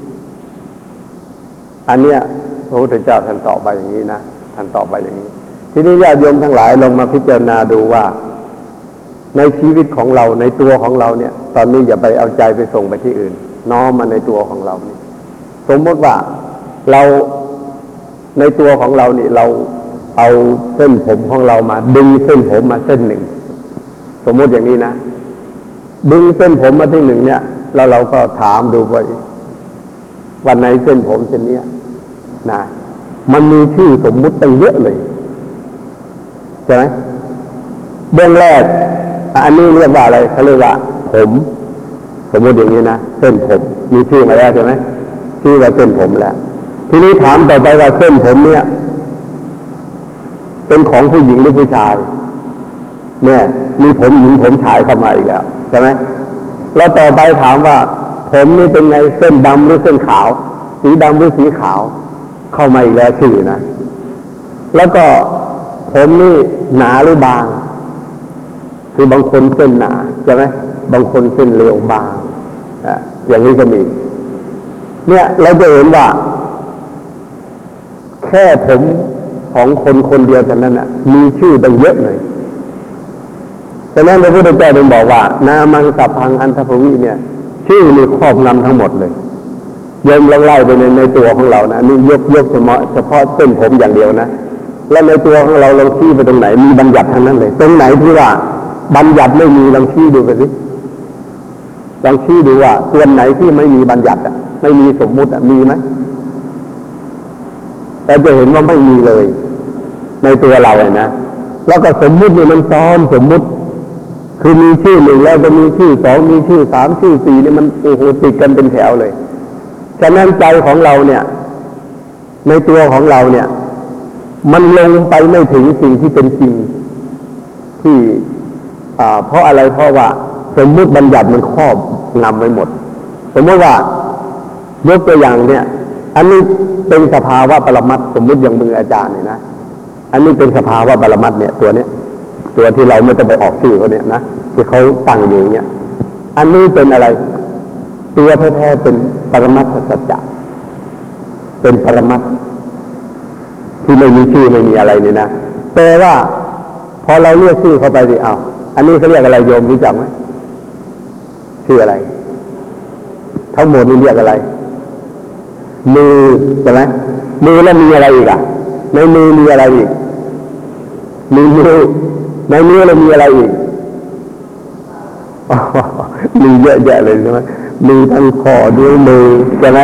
อันเนี้ยพระพุทธเจ้าท่านตอบไปอย่างนี้นะท่านตอบไปอย่างนี้ทีนี้ญาติโยมทั้งหลายลองมาพิจารณาดูว่าในชีวิตของเราในตัวของเราเนี่ยตอนนี้อย่าไปเอาใจไปส่งไปที่อื่นน้อมมาในตัวของเรานี่สมมติว่าเราในตัวของเรานี่เราเอาเส้นผมของเรามาดึงเส้นผมมาเส้นหนึ่งสมมติอย่างนี้นะดึงเส้นผมมาที่หนึ่งเนี่ยแล้วเราก็ถามดูว่าวันไหนเส้นผมเส้นนี้นะมันมีชื่อสมมุติตั้งเยอะเลยใช่ไหมเบื้องแรกอันนี้เรียกว่าอะไรเขาเรียกว่าผมสมมติอย่างนี้นะเส้นผมมีชื่อมาแล้วใช่ไหมชื่อว่าเส้นผมแล้วทีนี้ถามต่อไปว่าเส้นผมเนี่ยเป็นของผู้หญิงหรือผู้ชายเนี่ยมีผมหญิงผมชายเข้ามาอีกแล้วใช่ไหมแล้วต่อไปถามว่าผมนี่เป็นไงเส้นดำหรือเส้นขาวสีดำหรือสีขาวเข้ามาอีกแล้วชื่อนะแล้วก็ผมนี่หนาหรือบางคือบางคนเส้นหนาใช่ไหมบางคนเส้นเรียวบางอ่ะอย่างนี้ก็มีเนี่ยเราจะเห็นว่าแค่ผมของคนคนเดียวเท่านั้นน่ะมีชื่อตั้งเยอะเลยฉะนั้นพระพุทธเจ้าได้บอกว่านามังสัพพังอันทภวิเนี่ยชื่อมีครอบงำทั้งหมดเลยโยมลองไล่ไปในในตัวของเรานะนี่ยกยกเฉพาะเฉพาะเส้นผมอย่างเดียวนะแล้วในตัวของเราลองชี้ไปตรงไหนมีบัญญัติทั้งนั้นเลยตรงไหนที่ว่าบัญญัติไม่มีลองชี้ดูไปสิลองชี้ดูว่าส่วนไหนที่ไม่มีบัญญัติอ่ะไม่มีสมมุติอ่ะมีไหมแต่จะเห็นว่าไม่มีเลยในตัวเราเลยนะแล้วก็สมมุติเนี่ยมันซ้อนสมมุติคือมีชื่อหนึ่งแล้วก็มีชื่อสองมีชื่อสามชื่อสี่เนี่ยมันโอ้โหติดกันเป็นแถวเลยฉะนั้นใจของเราเนี่ยในตัวของเราเนี่ยมันลงไปไม่ถึงสิ่งที่เป็นจริงที่อ่าเพราะอะไรเพราะว่าสมมุติบัญญัติมันครอบงำไว้หมดสมมติว่ายกตัวอย่างเนี่ยอันนี้เป็นสภาวะปรมัตถ์สมมุติอย่างมืออาจารย์เนี่ยนะอันนี้เป็นสภาวะปรมัตถ์เนี่ยตัวเนี้ยตัวที่เราไม่ต้องไปออกชื่อเขาเนี่ยนะที่เขาตั้งอยู่เนี่ยอันนี้เป็นอะไรตัวแท้ๆเป็นปรมัตถสัจจะเป็นปรมัตถ์ที่ไม่มีชื่อไม่มีอะไรเนี่ยนะแต่ว่าพอเราเรียกชื่อเข้าไปดิเอาอันนี้เขาเรียกอะไรโยมรู้จักไหมชื่ออะไรทั้งหมดนี่เรียกอะไรมือใช่ไหมมือแล้วมีอะไรอีกอ่ะในมือมีอะไรอีกมีมือในมือแล้วมีอะไรอีกมีเยอะแยะเลยใช่ไหมมีทั้งข้อนิ้วมือใช่ไหม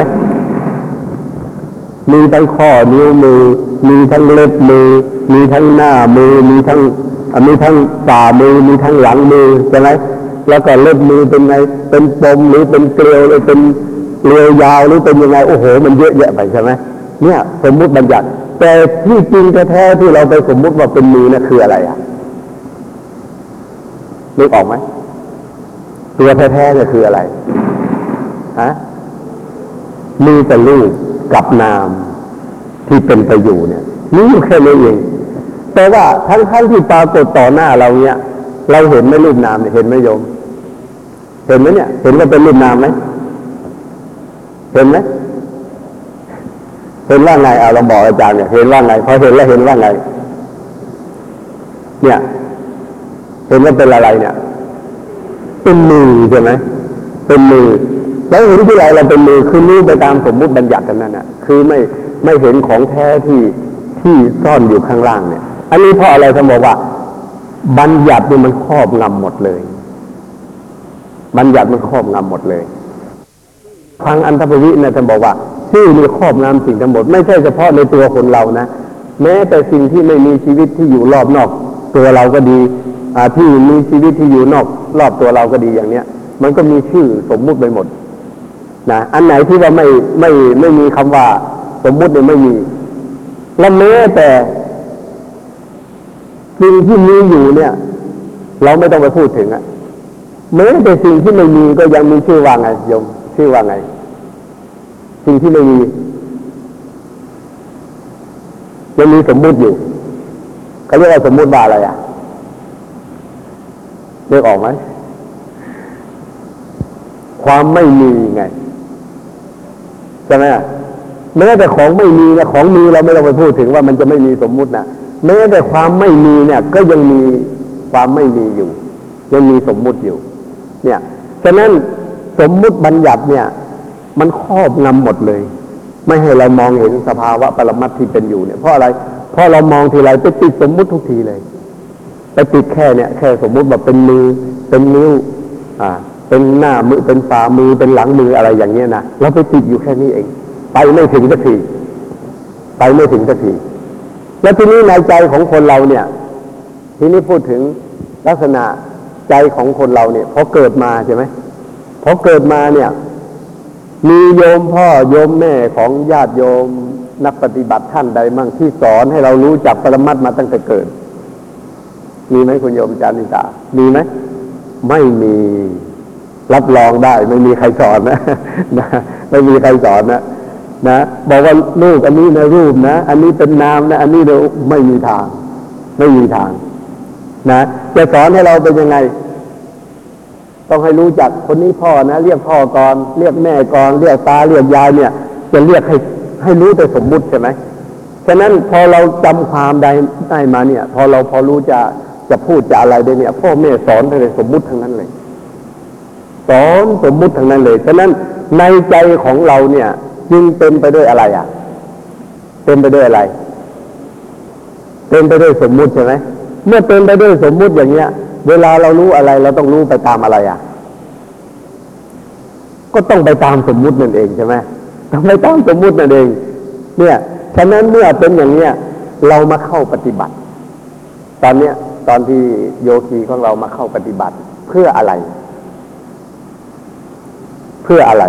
มีทั้งข้อนิ้วมือมีทั้งเล็บมือมีทั้งหน้ามือมีทั้งมีทั้งฝ่ามือมีทั้งหลังมือใช่ไหมแล้วก็เล็บมือเป็นไงเป็นปมหรือเป็นเกลียวหรือเป็นเกลียวยาวหรือเป็นยังไงโอ้โหมันเยอะแยะไปใช่ไหมเนี่ยสมมุติบัญญัติแต่ที่จริงแท้ๆที่เราไปสมมุติว่าเป็นมือนั่นคืออะไรอ่ะนึกออกไหมตัวแท้ๆเนี่ยคืออะไรฮะมือกับรูปกับนามที่เป็นไปอยู่เนี่ยนี่อยู่แค่นี้เองแต่ว่าทั้งทั้งที่ปรากฏต่อหน้าเราเนี่ยเราเห็นไหมรูปนามเนี่ยเห็นไหมโยมเห็นไหมเนี่ยเห็นว่าเป็นรูปนามไหมเห็นไหมเห็นว่าไงเอาเราบอกอาจารย์เนี่ยเห็นว่าไงพอเห็นแล้วเห็นว่าไงเนี่ยเห็นว่าเป็นอะไรเนี่ยเป็นมือใช่ไหมเป็นมือแล้วเห็นที่ไรเราเป็นมือคือมือไปตามสมมุติบัญญัติกันนั่นน่ะคือไม่ไม่เห็นของแท้ที่ที่ซ่อนอยู่ข้างล่างเนี่ยอันนี้เพราะอะไรท่านบอกว่าบัญญัตินี่มันครอบงำหมดเลยบัญญัติมันครอบงำหมดเลยทางอันทภวิเนี่ยท่านบอกว่าชื่อนี่ครอบงำสิ่งทั้งหมดไม่ใช่เฉพาะในตัวคนเรานะแม้แต่สิ่งที่ไม่มีชีวิตที่อยู่รอบนอกตัวเราก็ดีที่มีชีวิตที่อยู่นอกรอบตัวเราก็ดีอย่างเนี้ยมันก็มีชื่อสมมุติไปหมดนะอันไหนที่ว่าไม่ไม่ไม่มีคำว่าสมมุติเนี่ยไม่มีและแม้แต่สิ่งที่มีอยู่เนี่ยเราไม่ต้องไปพูดถึงอะแม้แต่สิ่งที่ไม่มีก็ยังมีชื่อว่าไงโยมชื่อว่าไงสิ่งที่ไม่มียังมีสมมุติอยู่เขาเรียกว่าสมมุติว่าอะไรอ่ะเรียกออกไหมความไม่มีไงใช่ไหมแม้แต่ของไม่มีนะของมีเราไม่ต้องไปพูดถึงว่ามันจะไม่มีสมมุตินะแม้แต่ความไม่มีเนี่ยก็ยังมีความไม่มีอยู่ยังมีสมมุติอยู่เนี่ยฉะนั้นสมมุติบัญญัติเนี่ยมันครอบงำหมดเลยไม่ให้เรามองเห็นสภาวะปรมัตถ์ที่เป็นอยู่เนี่ยเพราะอะไรเพราะเรามองทีไรไปติดสมมุติทุกทีเลยไปติดแค่เนี่ยแค่สมมุติแบบเป็นมือเป็นนิ้วอ่าเป็นหน้ามือเป็นฝ่ามือเป็นหลังมืออะไรอย่างเงี้ยนะเราไปติดอยู่แค่นี้เองไปไม่ถึงสักทีไปไม่ถึงสักทีแล้วทีนี้ในใจของคนเราเนี่ยทีนี้พูดถึงลักษณะใจของคนเราเนี่ยพอเกิดมาใช่ไหมพอเกิดมาเนี่ยมีโยมพ่อโยมแม่ของญาติโยมนักปฏิบัติท่านใดมั่งที่สอนให้เรารู้จักปรมัตถ์มาตั้งแต่เกิดมีไหมคุณโยมจานิตามีไหมไม่มีรับรองได้ไม่มีใครสอนนะนะไม่มีใครสอนนะนะบอกว่าลูกอันนี้นะรูปนะอันนี้เป็นนามนะอันนี้เราไม่มีทางไม่มีทางนะจะสอนให้เราเป็นยังไงต้องให้รู้จักคนนี้พ่อนะเรียกพ่อก่อนเรียกแม่ก่อนเรียกตาเรียกยายเนี่ยจะเรียกให้ให้รู้แต่สมมุติใช่ไหมฉะนั้นพอเราจำความได้ได้มาเนี่ยพอเราพอรู้จะจะพูดจะอะไรได้เนี่ยพ่อแม่สอนแต่สมมุติทั้งนั้นเลยสอนสมมุติทั้งนั้นเลยฉะนั้นในใจของเราเนี่ยจึงเต็มไปด้วยอะไรอ่ะเต็มไปด้วยอะไรเต็มไปด้วยสมมุติใช่ไหมเมื่อเต็มไปด้วยสมมุติอย่างเงี้ยเวลาเรารู้อะไรเราต้องรู้ไปตามอะไรอ่ะก็ต้องไปตามสมมุตินั่นเองใช่ไหมต้องไปตามสมมุตินั่นเองเนี่ยฉะนั้นเมื่อเป็นอย่างเนี้ยเรามาเข้าปฏิบัติตอนเนี้ยตอนที่โยคีของเรามาเข้าปฏิบัติเพื่ออะไรเพื่ออะไร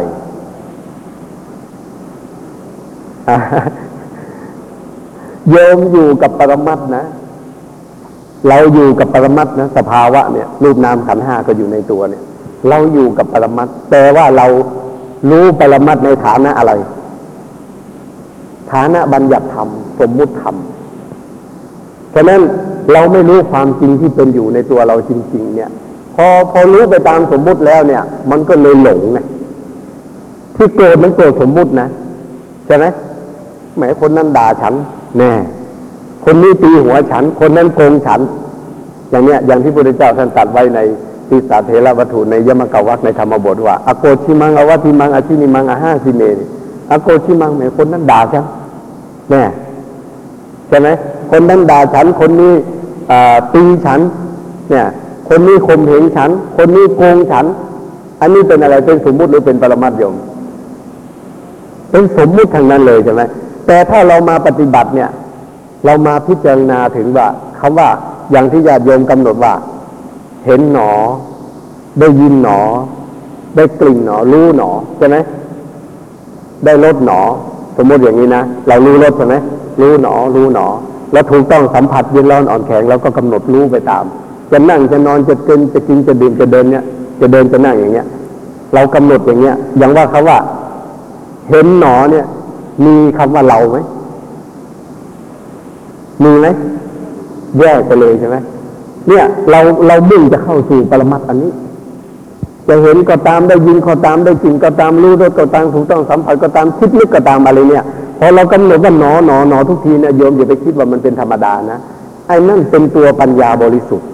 โยมอยู่กับปรมัตถ์นะเราอยู่กับปรมัตถ์นะสภาวะเนี่ยรูปนามขันธ์ห้าก็อยู่ในตัวเนี่ยเราอยู่กับปรมัตถ์แต่ว่าเรารู้ปรมัตถ์ในฐานะอะไรฐานะบัญญัติธรรมสมมุติธรรมฉะนั้นเราไม่รู้ความจริงที่เป็นอยู่ในตัวเราจริงๆเนี่ยพอพอรู้ไปตามสมมุติแล้วเนี่ยมันก็เลยหลงไงที่เกิดมันเกิดสมมุตินะใช่ไหมแหมคนนั้นด่าฉันแน่คนนี้ตีหัวฉันคนนั้นโกงฉันอย่างเนี้ยอย่างที่พระพุทธเจ้าท่านตรัสไว้ในทิสาเถระวัตถุในยมกวัคในธรรมบทว่าอโกชิมังอวัติมังอชินิมังอห้าสิเมนิอโกชิมังแหมคนนั้นด่าฉันแน่ใช่ไหมคนนั้นด่าฉันคนนี้ตีฉันเนี่ยคนนี้ข่มเหงฉันคนนี้โกงฉันอันนี้เป็นอะไรเป็นสมมุติหรือเป็นปรมัตถ์โยมเป็นสมมุติทางนั้นเลยใช่ไหมแต่ถ้าเรามาปฏิบัติเนี่ยเรามาพิจารณาถึงว่าคำว่าอย่างที่ญาติโยมกำหนดว่าเห็นหนอได้ยินหนอได้กลิ่นหนอรู้หนอใช่ไหมได้รสหนอสมมติอย่างนี้นะเรารู้รสใช่ไหมรู้หนอรู้หนอแล้วถูกต้องสัมผัสเย็นร้อนอ่อนแข็งแล้วก็กำหนดรู้ไปตามจะนั่งจะนอนจะกินจะกินจะดื่มจะเดินเนี่ยจะเดินจะนั่งอย่างเงี้ยเรากำหนดอย่างเงี้ยอย่างว่าคำว่าเห็นหนอเนี่ยมีคำว่าเราไหมมีไหมแยกไปเลยใช่ไหมเนี่ยเราเรามุ่งจะเข้าสู่ปรมัตถ์อันนี้จะเห็นก็ตามได้ยินก็ตามได้กลิ่นก็ตามรู้รสก็ตามถูกต้องสัมผัสก็ตามคิดนึกก็ตามอะไรเนี่ยพอเรากำหนดว่าหนอหนอหนอทุกทีเนี่ยโยมอย่าไปคิดว่ามันเป็นธรรมดานะไอ้นั่นเป็นตัวปัญญาบริสุทธิ์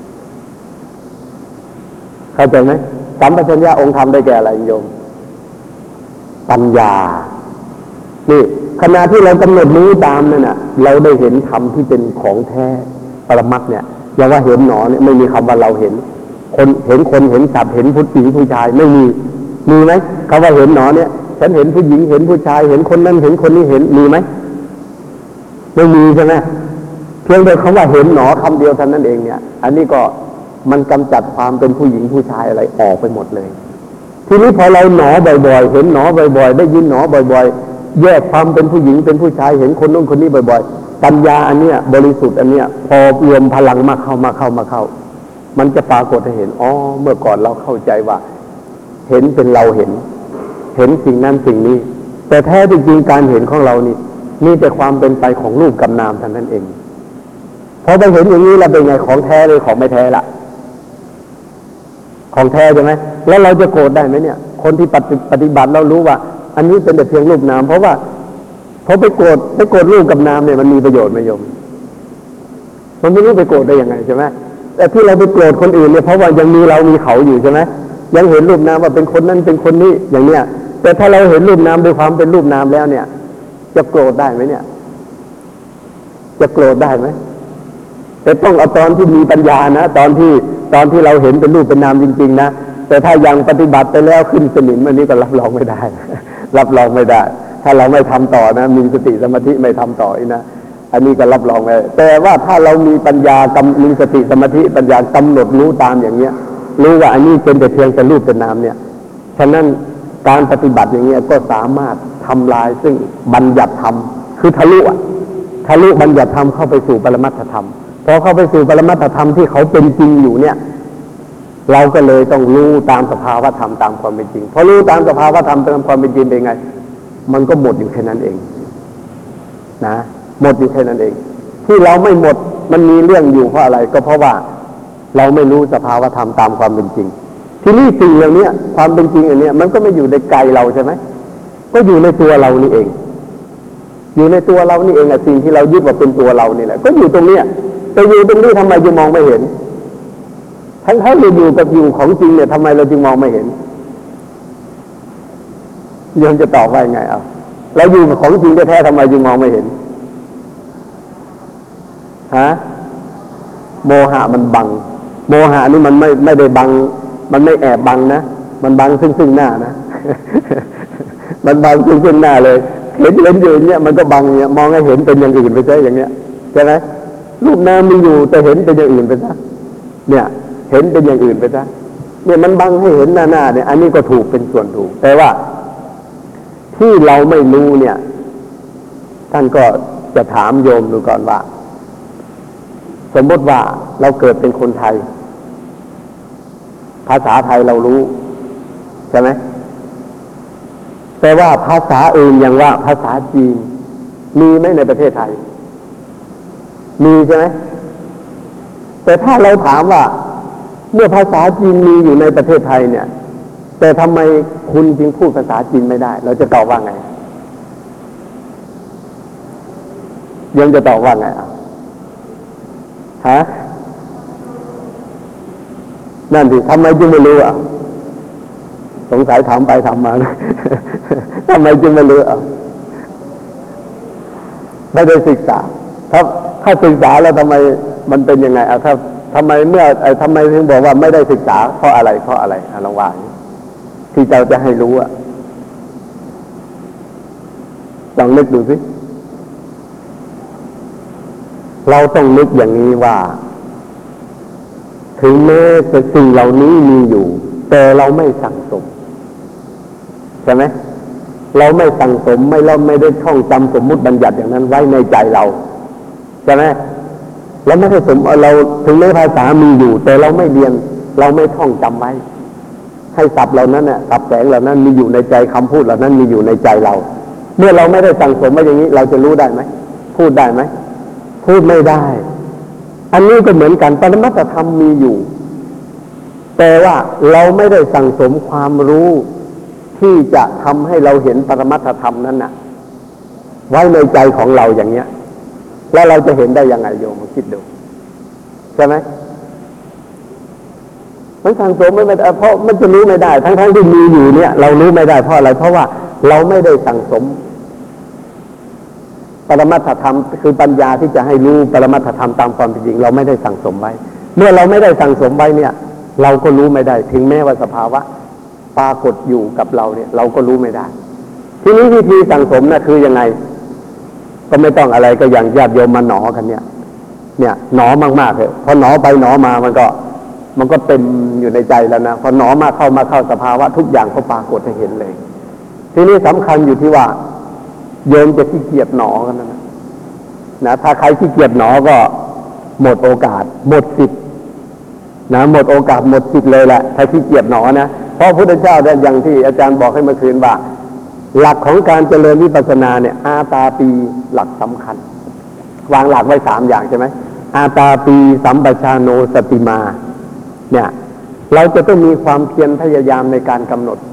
เข้าใจไหมสัมปชัญญะองค์ธรรมได้แก่อะไรโยมปัญญานี่ขณะที่เรากำหนดรู้ตามนั่นน่ะเราได้เห็นธรรมที่เป็นของแท้ปรมัตถ์เนี่ยอย่างว่าเห็นหนอเนี่ยไม่มีคำว่าเราเห็นคนเห็นคนเห็นสัตว์เห็นผู้หญิงผู้ชายไม่มีมีไหมคำว่าเห็นหนอเนี่ยฉันเห็นผู้หญิงเห็นผู้ชายเห็นคนนั้นเห็นคนนี้เห็นมีไหมไม่มีใช่ไหมเพียงแต่คำว่าเห็นหนอคำเดียวเท่านั้นเองเนี่ยอันนี้ก็มันกำจัดความเป็นผู้หญิงผู้ชายอะไรออกไปหมดเลยทีนี้พอเราหนอบ่อยๆเห็นหนอบ่อยๆได้ยินหนอบ่อยๆแยกความเป็นผู้หญิงเป็นผู้ชายเห็นคนนู้นคนนี้บ่อยๆปัญญาอันเนี้ยบริสุทธิ์อันเนี้ยพอรวมพลังมาเข้ามาเข้ามาเข้ามันจะปรากฏให้เห็นอ๋อเมื่อก่อนเราเข้าใจว่าเห็นเป็นเราเห็นเห็นสิ่งนั้นสิ่งนี้แต่แท้จริงการเห็นของเรานี่นี่แต่ความเป็นไปของรูปกับนามเท่านั้นเองพอไปเห็นอย่างนี้แล้วเป็นไงของแท้เลยของไม่แท้ละของแท้ใช่ไหมแล้วเราจะโกรธได้ไหมเนี่ยคนที่ปฏิบัติเรารู้ว่าอันนี้เป็นแต่เพียงรูปนามเพราะว่าเพราะไปโกรธไปโกรธรูปกับนามเนี่ยมันมีประโยชน์ไหมโยมมันไม่รู้ไปโกรธได้ยังไงใช่ไหมแต่ที่เราไปโกรธคนอื่นเนี่ยเพราะว่ายังมีเรามีเขาอยู่ใช่ไหมยังเห็นรูปนามว่าเป็นคนนั้นเป็นคนนี้อย่างเนี้ยแต่ถ้าเราเห็นรูปนามด้วยความเป็นรูปนามแล้วเนี่ยจะโกรธได้ไหมเนี่ยจะโกรธได้ไหมแต่ต้องเอาตอนที่มีปัญญานะตอนที่ตอนที่เราเห็นเป็นรูปเป็นนามจริงๆนะแต่ถ้ายังปฏิบัติไปแล้วขึ้นสนิมอันนี้ก็รับรองไม่ได้ รับรองไม่ได้ถ้าเราไม่ทำต่อนะมีสติสมาธิไม่ทำต่ออีกนะอันนี้ก็รับรองไม่ได้แต่ว่าถ้าเรามีปัญญากำมีสติสมาธิปัญญากำหนดรู้ตามอย่างเนี้ยรู้ว่าอันนี้เป็นแต่เพียงแต่รูปเป็นนามเนี่ยฉะนั้นการปฏิบัติอย่างเงี้ยก็สามารถทำลายซึ่งบัญญัติธรรมคือทะลุทะลุบัญญัติธรรมเข้าไปสู่ปรมัตถธรรมพอเข้าไปสู่ปรมัตถธรรมที่เขาเป็นจริงอยู่เนี่ยเราก็เลยต้องรู้ตามสภาวะธรรมตามความเป็นจริงพอรู้ตามสภาวะธรรมตามความเป็นจริงเป็นไงมันก็หมดอยู่แค่นั้นเองนะหมดอยู่แค่นั้นเองที่เราไม่หมดมันมีเรื่องอยู่เพราะอะไรก็เพราะว่าเราไม่รู้สภาวะธรรมตามความเป็นจริงทีนี้สิ่งอย่างนี้ความเป็นจริงอันนี้มันก็ไม่อยู่ในกายเราใช่ไหมก็อยู่ในตัวเรานี่เองอยู่ในตัวเรานี่เองอะสิ่งที่เรายึดว่าเป็นตัวเรานี่แหละก็อยู่ตรงเนี้ยแต่อยู่ตรงนี้ทำไมจะมองไม่เห็นทั้งๆเราอยู่กับอยู่ของจริงเนี่ยทำไมเราจึงมองไม่เห็นโยมจะตอบว่าไงเอาเราอยู่กับของจริงแท้ๆทำไมจึงมองไม่เห็นฮะโมหะมันบังโมหะนี่มันไม่ไม่ได้บังมันไม่แอบบังนะมันบังซึ่งซึ่งหน้านะ มันบังซึ่งซึ่งหน้าเลยเห็นเห็นอยู่เนี่ยมันก็บังเนี่ยมองให้เห็นเป็นอย่างอื่นไปใช่อย่างเนี้ยใช่ไหมรูปนามมีอยู่แต่เห็นเป็นอย่างอื่นไปซะเนี่ยเห็นเป็นอย่างอื่นไปซะเนี่ยมันบังให้เห็นหน้าหน้าเนี่ยอันนี้ก็ถูกเป็นส่วนถูกแต่ว่าที่เราไม่รู้เนี่ยท่านก็จะถามโยมดูก่อนว่าสมมติว่าเราเกิดเป็นคนไทยภาษาไทยเรารู้ใช่ไหมแต่ว่าภาษาอื่นอย่างว่าภาษาจีนมีไหมในประเทศไทยมีใช่ไหมแต่ถ้าเราถามว่าเมื่อภาษาจีนมีอยู่ในประเทศไทยเนี่ยแต่ทำไมคุณจึงพูดภาษาจีนไม่ได้เราจะตอบว่าไงยังจะตอบว่าไงอ่ะฮะนั่นดิทำไมจึงไม่รู้อ่ะสงสัยถามไปถามมา ทำไมจึงไม่รู้อ่ะไม่ได้ศึกษาถ้าถ้าศึกษาแล้วทำไมมันเป็นยังไงอ่ะถ้าทำไมเมื่อไอ้ทำไมถึงบอกว่าไม่ได้ศึกษาเพราะอะไรเพราะอะไรอ่ะลองว่าที่เราจะให้รู้อ่ะลองนึกดูสิเราต้องนึกอย่างนี้ว่าถึงแม้จะสิ่งเหล่านี้มีอยู่แต่เราไม่สั่งสมใช่ไหมเราไม่สั่งสมไม่เราไม่ได้ท่องจำสมมุติบัญญัติอย่างนั้นไว้ในใจเราใช่ไหมเราไม่ได้สมเราถึงแม้ภาษามีอยู่แต่เราไม่เรียนเราไม่ท่องจำไว้ให้ศัพท์เหล่านั้นน่ะศัพท์แสงเหล่านั้นมีอยู่ในใจคำพูดเหล่านั้นมีอยู่ในใจเราเมื่อเราไม่ได้สั่งสมไว้อย่างนี้เราจะรู้ได้ไหมพูดได้ไหมพูดไม่ได้อันนี้ก็เหมือนกันปรมัตถธรรมมีอยู่แต่ว่าเราไม่ได้สั่งสมความรู้ที่จะทำให้เราเห็นปรมัตถธรรมนั้นน่ะไว้ในใจของเราอย่างเนี้ยแล้วเราจะเห็นได้ยังไงโยมคิดดูใช่ไหมมันสั่งสมไม่ได้เพราะมันจะรู้ไม่ได้ทั้งๆที่มีอยู่เนี่ยเรารู้ไม่ได้เพราะอะไรเพราะว่าเราไม่ได้สั่งสมปรมัตถธรรมคือปัญญาที่จะให้รู้ปรมัตถธรรมตามความเป็นจริงเราไม่ได้สั่งสมไว้เมื่อเราไม่ได้สั่งสมไว้เนี่ยเราก็รู้ไม่ได้ถึงแม้ว่าสภาวะปรากฏอยู่กับเราเนี่ยเราก็รู้ไม่ได้ทีนี้วิธีสั่งสมน่ะคือยังไงก็ไม่ต้องอะไรก็อย่างญาติโยมมาหนอกันเนี่ยเนี่ยหนอมากๆเลยพอหนอไปหนอมามันก็มันก็เต็มอยู่ในใจแล้วนะพอหนอมาเข้ามาเข้าสภาวะทุกอย่างก็ปรากฏให้เห็นเลยทีนี้สำคัญอยู่ที่ว่าโยมจะขี้เกียจหนอกันนะนะถ้าใครขี้เกียจหนอก็หมดโอกาสหมดสิทธิ์นะหมดโอกาสหมดสิทธิ์เลยแหละถ้าขี้เกียจหนอนะเพราะพระพุทธเจ้าได้อย่างที่อาจารย์บอกให้เมื่อคืนว่าหลักของการเจริญวิปัสสนาเนี่ยอาตาปีหลักสำคัญวางหลักไว้สามอย่างใช่ไหมอาตาปีสัมปชาโนสติมาเนี่ยเราจะต้องมีความเพียรพยายามในการกำหนด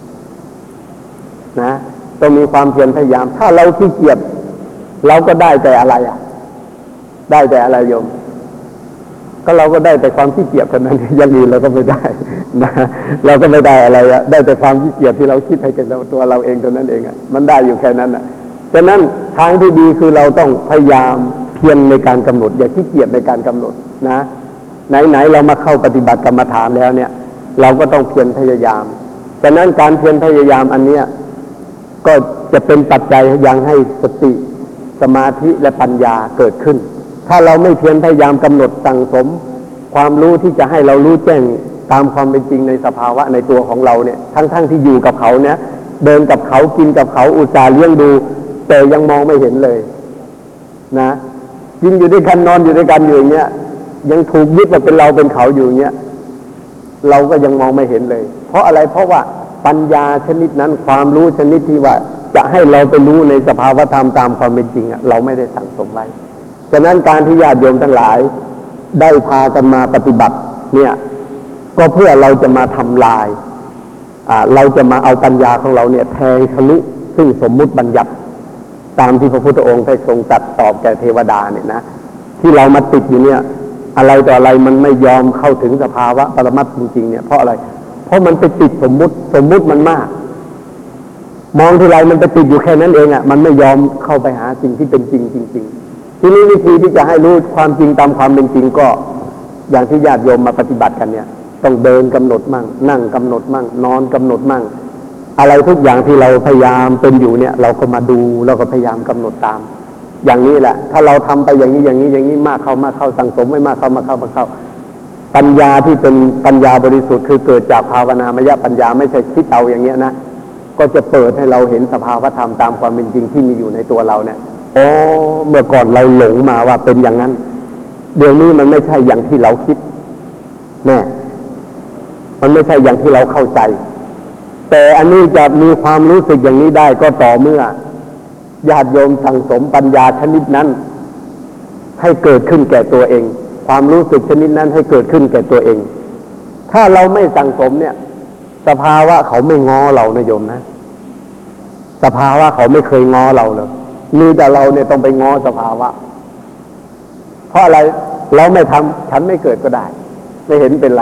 นะต้องมีความเพียรพยายามถ้าเราขี้เกียจเราก็ได้แต่อะไรอ่ะได้แต่อะไรโยมก็เราก็ได้แต่ความขี้เกียจเท่านั้นอย่างอื่นเราก็ไม่ได้นะเราก็ไม่ได้อะไรอ่ะได้แต่ความขี้เกียจที่เราคิดให้กับตัวเราเองเท่านั้นเองอ่ะมันได้อยู่แค่นั้นอ่ะฉะนั้นทางที่ดีคือเราต้องพยายามเพียรในการกำหนดอย่าขี้เกียจในการกำหนดนะไหนๆเรามาเข้าปฏิบัติกรรมฐานแล้วเนี่ยเราก็ต้องเพียรพยายามฉะนั้นการเพียรพยายามอันเนี้ยก็จะเป็นปัจจัยยังให้สติสมาธิและปัญญาเกิดขึ้นถ้าเราไม่เพียรพยายามกำหนดสั่งสมความรู้ที่จะให้เรารู้แจ้งตามความเป็นจริงในสภาวะในตัวของเราเนี่ยทั้งๆ ท, ที่อยู่กับเขาเนี่ยเดินกับเขากินกับเขาอุตส่าห์เลี้ยงดูแต่ยังมองไม่เห็นเลยนะกินอยู่ด้วยกันนอนอยู่ด้วยกันอยู่อย่างเงี้ยยังถูกยึดว่าเป็นเราเป็นเขาอยู่อย่างเงี้ยเราก็ยังมองไม่เห็นเลยเพราะอะไรเพราะว่าปัญญาชนิดนั้นความรู้ชนิดที่ว่าจะให้เราไปรู้ในสภาวธรรมตามความเป็นจริงอ่ะเราไม่ได้สั่งสมไว้ฉะนั้นการที่ญาติโยมทั้งหลายได้พากันมาปฏิบัติเนี่ยก็เพื่อเราจะมาทำลายอ่าเราจะมาเอาปัญญาของเราเนี่ยแทงทะลุซึ่งสมมุติบัญญัติตามที่พระพุทธองค์ได้ทรงตรัสตอบแก่เทวดาเนี่ยนะที่เรามาติดอยู่เนี่ยอะไรต่ออะไรมันไม่ยอมเข้าถึงสภาวะปรมัตถ์จริงๆเนี่ยเพราะอะไรเพราะมันไปติดสมมุติสมมุติมันมากมองทีไรมันไปติดอยู่แค่นั้นเองอ่ะมันไม่ยอมเข้าไปหาสิ่งที่เป็นจริงจริงๆทีนี้วิธีที่จะให้รู้ความจริงตามความเป็นจริงก็อย่างที่ญาติโยมมาปฏิบัติกันเนี่ยต้องเดินกำหนดมั่งนั่งกำหนดมั่งนอนกำหนดมั่งอะไรทุกอย่างที่เราพยายามเป็นอยู่เนี่ยเราก็มาดูแล้วก็พยายามกำหนดตามอย่างนี้แหละถ้าเราทำไปอย่างนี้อย่างนี้อย่างนี้มากเข้ามากเข้าสั่งสมไม่มากเข้ามากเข้ามาเข้าปัญญาที่เป็นปัญญาบริสุทธิ์คือเกิดจากภาวนามยปัญญาไม่ใช่คิดเอาอย่างเงี้ยนะก็จะเปิดให้เราเห็นสภาวธรรมตามความเป็นจริงที่มีอยู่ในตัวเราเนี่ยโอ้เมื่อก่อนเราหลงมาว่าเป็นอย่างนั้นเดี๋ยวนี้มันไม่ใช่อย่างที่เราคิดแน่มันไม่ใช่อย่างที่เราเข้าใจแต่อันนี้จะมีความรู้สึกอย่างนี้ได้ก็ต่อเมื่อญาติโยมสั่งสมปัญญาชนิดนั้นให้เกิดขึ้นแก่ตัวเองความรู้สึกชนิดนั้นให้เกิดขึ้นแก่ตัวเองถ้าเราไม่สั่งสมเนี่ยสภาวะเขาไม่ง้อเรานะโยมนะสภาวะเขาไม่เคยง้อเราเลยมีแต่เราเนี่ยต้องไปง้อสภาวะเพราะอะไรเราไม่ทำฉันไม่เกิดก็ได้ไม่เห็นเป็นไร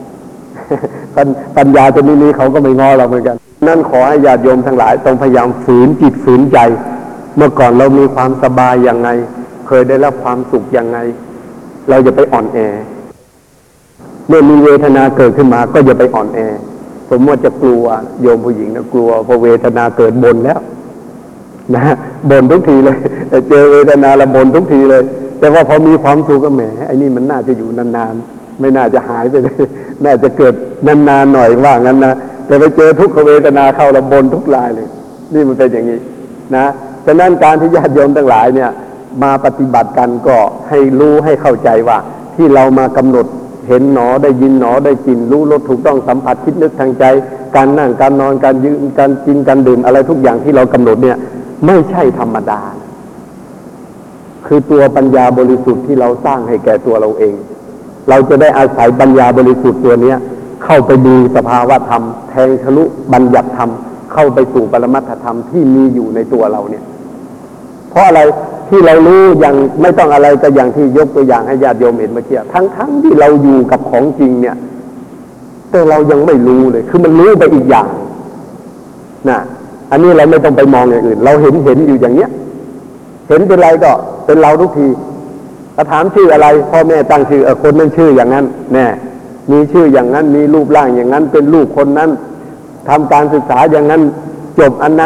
ปัญญาชนิดนี้เขาก็ไม่ง้อเราเหมือนกันนั่นขอให้ญาติโยมทั้งหลายต้องพยายามฝืนจิตฝืนใจเมื่อก่อนเรามีความสบายยังไงเคยได้รับความสุขยังไงเราจะไปอ่อนแอเมื่อมีเวทนาเกิดขึ้นมาก็อย่าไปอ่อนแอสมมติจะกลัวโยมผู้หญิงนะกลัวพอเวทนาเกิดบ่นแล้วนะบ่นทุกทีเลยเจอเวทนาละบ่นทุกทีเลยแต่ว่าพอมีความสุขก็แหมไอ้นี่มันน่าจะอยู่นานๆไม่น่าจะหายไปเลยน่าจะเกิดนานๆหน่อยว่างั้นนะแต่ไปเจอทุกขเวทนาเข้าละบ่นทุกรายเลยนี่มันเป็นอย่างนี้นะฉะนั้นการที่ญาติโยมทั้งหลายเนี่ยมาปฏิบัติกันก็ให้รู้ให้เข้าใจว่าที่เรามากำหนดเห็นหนอได้ยินหนอได้กลิ่นรู้รสถูกต้องสัมผัสคิดนึกทางใจการนั่งการนอนการยืนการกินการดื่มอะไรทุกอย่างที่เรากำหนดเนี่ยไม่ใช่ธรรมดาคือตัวปัญญาบริสุทธิ์ที่เราสร้างให้แก่ตัวเราเองเราจะได้อาศัยปัญญาบริสุทธิ์ตัวนี้เข้าไปดูสภาวะธรรมแทงทะลุบัญญัติธรรมเข้าไปสู่ปรมัตถธรรมที่มีอยู่ในตัวเราเนี่ยเพราะอะไรที่เรารู้อย่างไม่ต้องอะไรก็อย่างที่ยกตัวอย่างให้ญาติโยมเห็นเมื่อกี้ทั้งๆ ท, ที่เราอยู่กับของจริงเนี่ยแต่เรายังไม่รู้เลยคือมันรู้ไปอีกอย่างนะอันนี้เราไม่ต้องไปมองอย่างอื่นเราเห็นเห็นอยู่อย่างเนี้ยเห็นเป็นไรก็เป็นเราทุกทีถ้าถามชื่ออะไรพ่อแม่ตั้งชื่อเออคนนั้นชื่ออย่างนั้นแน่มีชื่ออย่างนั้นมีรูปร่างอย่างนั้นเป็นลูกคนนั้นทำการศึกษาอย่างนั้นจบอันนั้น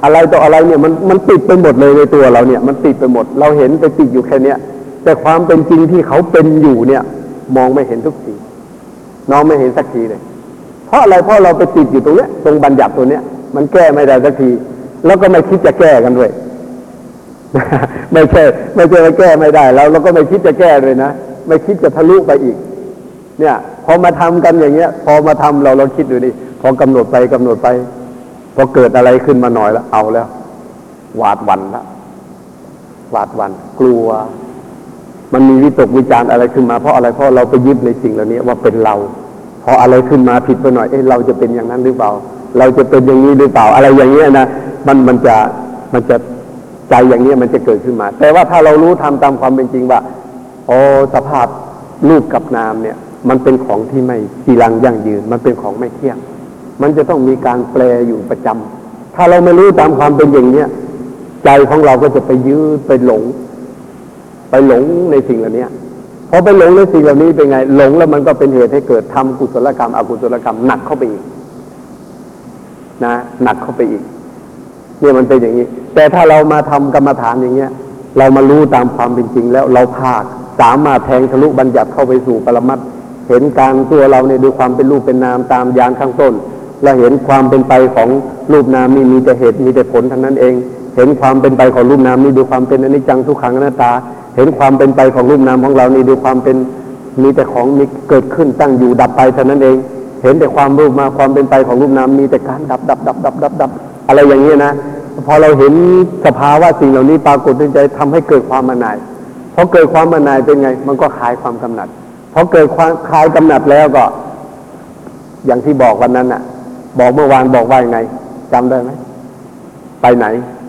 อะไรต่ออะไรเนี่ยมันมันติดไปหมดเลยในตัวเราเนี่ยมันติดไปหมดเราเห็นไปติดอยู่แค่เนี้ยแต่ความเป็นจริงที่เขาเป็นอยู่เนี่ยมองไม่เห็นทุกทีน้องไม่เห็นสักทีเลยเพราะอะไรเพราะเราไปติดอยู่ตรงเนี้ยตรงบัญญัติตัวเนี้ยมันแก้ไม่ได้สักทีแล้วก็ไม่คิดจะแก้กันด้วย ไม่ใช่ไม่ใช่ว่าแก้ไม่ได้แล้วเราก็ไม่คิดจะแก้เลยนะไม่คิดจะทะลุไปอีกเนี่ยพอมาทำกันอย่างเงี้ยพอมาทำเราเราคิดดูดิพอกำหนดไปกำหนดไปพอเกิดอะไรขึ้นมาหน่อยแล้วเอาแล้วหวาดหวั่นแล้วหวาดหวั่นกลัวมันมีวิตกวิจารณ์อะไรขึ้นมาเพราะอะไรเพราะเราไปยึดในสิ่งเหล่านี้ว่าเป็นเราพออะไรขึ้นมาผิดไปหน่อยเอ๊ะเราจะเป็นอย่างนั้นหรือเปล่าเราจะเป็นอย่างนี้หรือเปล่าอะไรอย่างเงี้ยนะมันมันจะมันจะใจอย่างนี้มันจะเกิดขึ้นมาแต่ว่าถ้าเรารู้ทำตามความเป็นจริงว่าโอ้สภาพรูปกับนามเนี่ยมันเป็นของที่ไม่จีรังยั่งยืนมันเป็นของไม่เที่ยงมันจะต้องมีการแปลอยู่ประจำถ้าเราไม่รู้ตามความเป็นอย่างเนี้ยใจของเราก็จะไปยืดไปหลงไปหลงในสิ่งเหล่านี้พอไปหลงในสิ่งเหล่านี้เป็นไงหลงแล้วมันก็เป็นเหตุให้เกิดทำกุศลกรรมอกุศลกรรมหนักเข้าไปอีกนะหนักเข้าไปอีกเนี่ยมันเป็นอย่างนี้แต่ถ้าเรามาทำกรรมฐานอย่างเงี้ยเรามารู้ตามความเป็นจริงแล้วเราภาคสามารถแทงทะลุบัญญัติเข้าไปสู่ปรมัตถ์เห็นการตัวเราเนี่ยด้วยความเป็นรูปเป็นนามตามญาณข้างต้นและเห็นความเป็นไปของรูปนามนี่มีแต่เหตุมีแต่ผลทั้งนั้นเองเห็นความเป็นไปของรูปนามนี่ด้วยความเป็นอนิจจังทุกขังอนัตตาเห็นความเป็นไปของรูปนามของเรานี่ด้วยความเป็นมีแต่ของมีเกิดขึ้นตั้งอยู่ดับไปเท่านั้นเองเห็นแต่ความรูปมาความเป็นไปของรูปนามมีแต่การดับดับดับดับดับดับอะไรอย่างนี้นะพอเราเห็นสภาวะสิ่งเหล่านี้ปรากฏในใจทำให้เกิดความมาหน่ายพอเกิดความมาหน่ายเป็นไงมันก็คลายความกำหนัดพอเกิดความคลายกำหนัดแล้วก็อย่างที่บอกวันนั้นน่ะบอกเมื่อวานบอกว่ายังไงจำได้ไหมไปไหน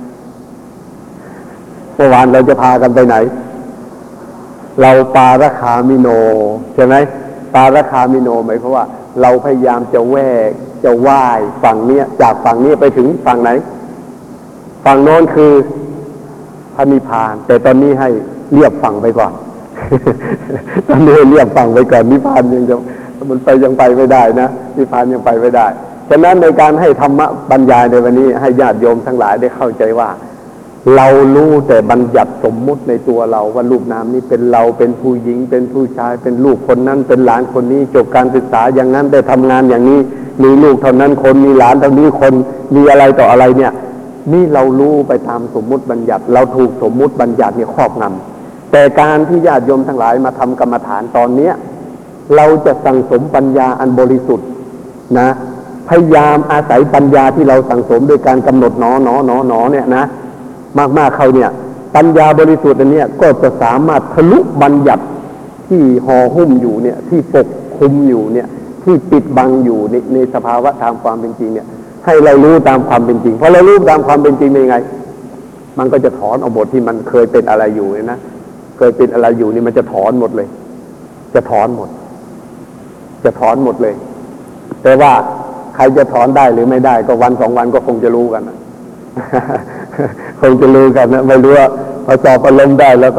เมื่อวานเราจะพากันไปไหนเราปาราคามิโนใช่ไหมปาราคามิโนหมายความว่าเราพยายามจะแวกจะว่ายฝั่งเนี้ยจากฝั่งนี้ไปถึงฝั่งไหนฝั่งโน้นคือพระนิพพานแต่ตอนนี้ให้เรียบฝั่งไปก่อน ตอนนี้เรียบฝั่งไปก่อนนิพพานยังจะมันไปยังไปไม่ได้นะนิพพานยังไปไม่ได้ฉะนั้นในการให้ธรรมะบรรยายในวันนี้ให้ญาติโยมทั้งหลายได้เข้าใจว่าเรารู้แต่บัญญัติสมมุติในตัวเราว่ารูปนามนี้เป็นเราเป็นผู้หญิงเป็นผู้ชายเป็นลูกคนนั้นเป็นหลานคนนี้จบการศึกษาอย่างนั้นได้ทำงานอย่างนี้มีลูกเท่านั้นคนมีหลานเท่านี้คนมีอะไรต่ออะไรเนี่ยนี่เรารู้ไปตามสมมุติบัญญัติเราถูกสมมุติบัญญัติเนี่ยครอบงำแต่การที่ญาติโยมทั้งหลายมาทำกรรมฐานตอนเนี้ยเราจะสั่งสมปัญญาอันบริสุทธิ์นะพยายามอาศัยปัญญาที่เราสั่งสมโดยการกำหนดหนอหนอหนอหนอเนี่ยนะมากๆเขาเนี่ยปัญญาบริสุทธิ์อันเนี้ยก็จะสามารถทะลุบัญญัติที่ห่อหุ้มอยู่เนี่ยที่ปกคลุมอยู่เนี่ยที่ปิดบังอยู่ในในสภาวะตามความเป็นจริงเนี่ยให้เรารู้ตามความเป็นจริงพอเรารู้ตามความเป็นจริงเป็นยังไงมันก็จะถอนเอาบทที่มันเคยเป็นอะไรอยู่เนี่ยนะเคยเป็นอะไรอยู่นี่มันจะถอนหมดเลยจะถอนหมดจะถอนหมดเลยแต่ว่าใครจะถอนได้หรือไม่ได้ก็วันสองวันก็คงจะรู้กันนะ คงจะรู้กันนะไม่รู้ว่าพอสอบอารมณ์ได้แล้วก็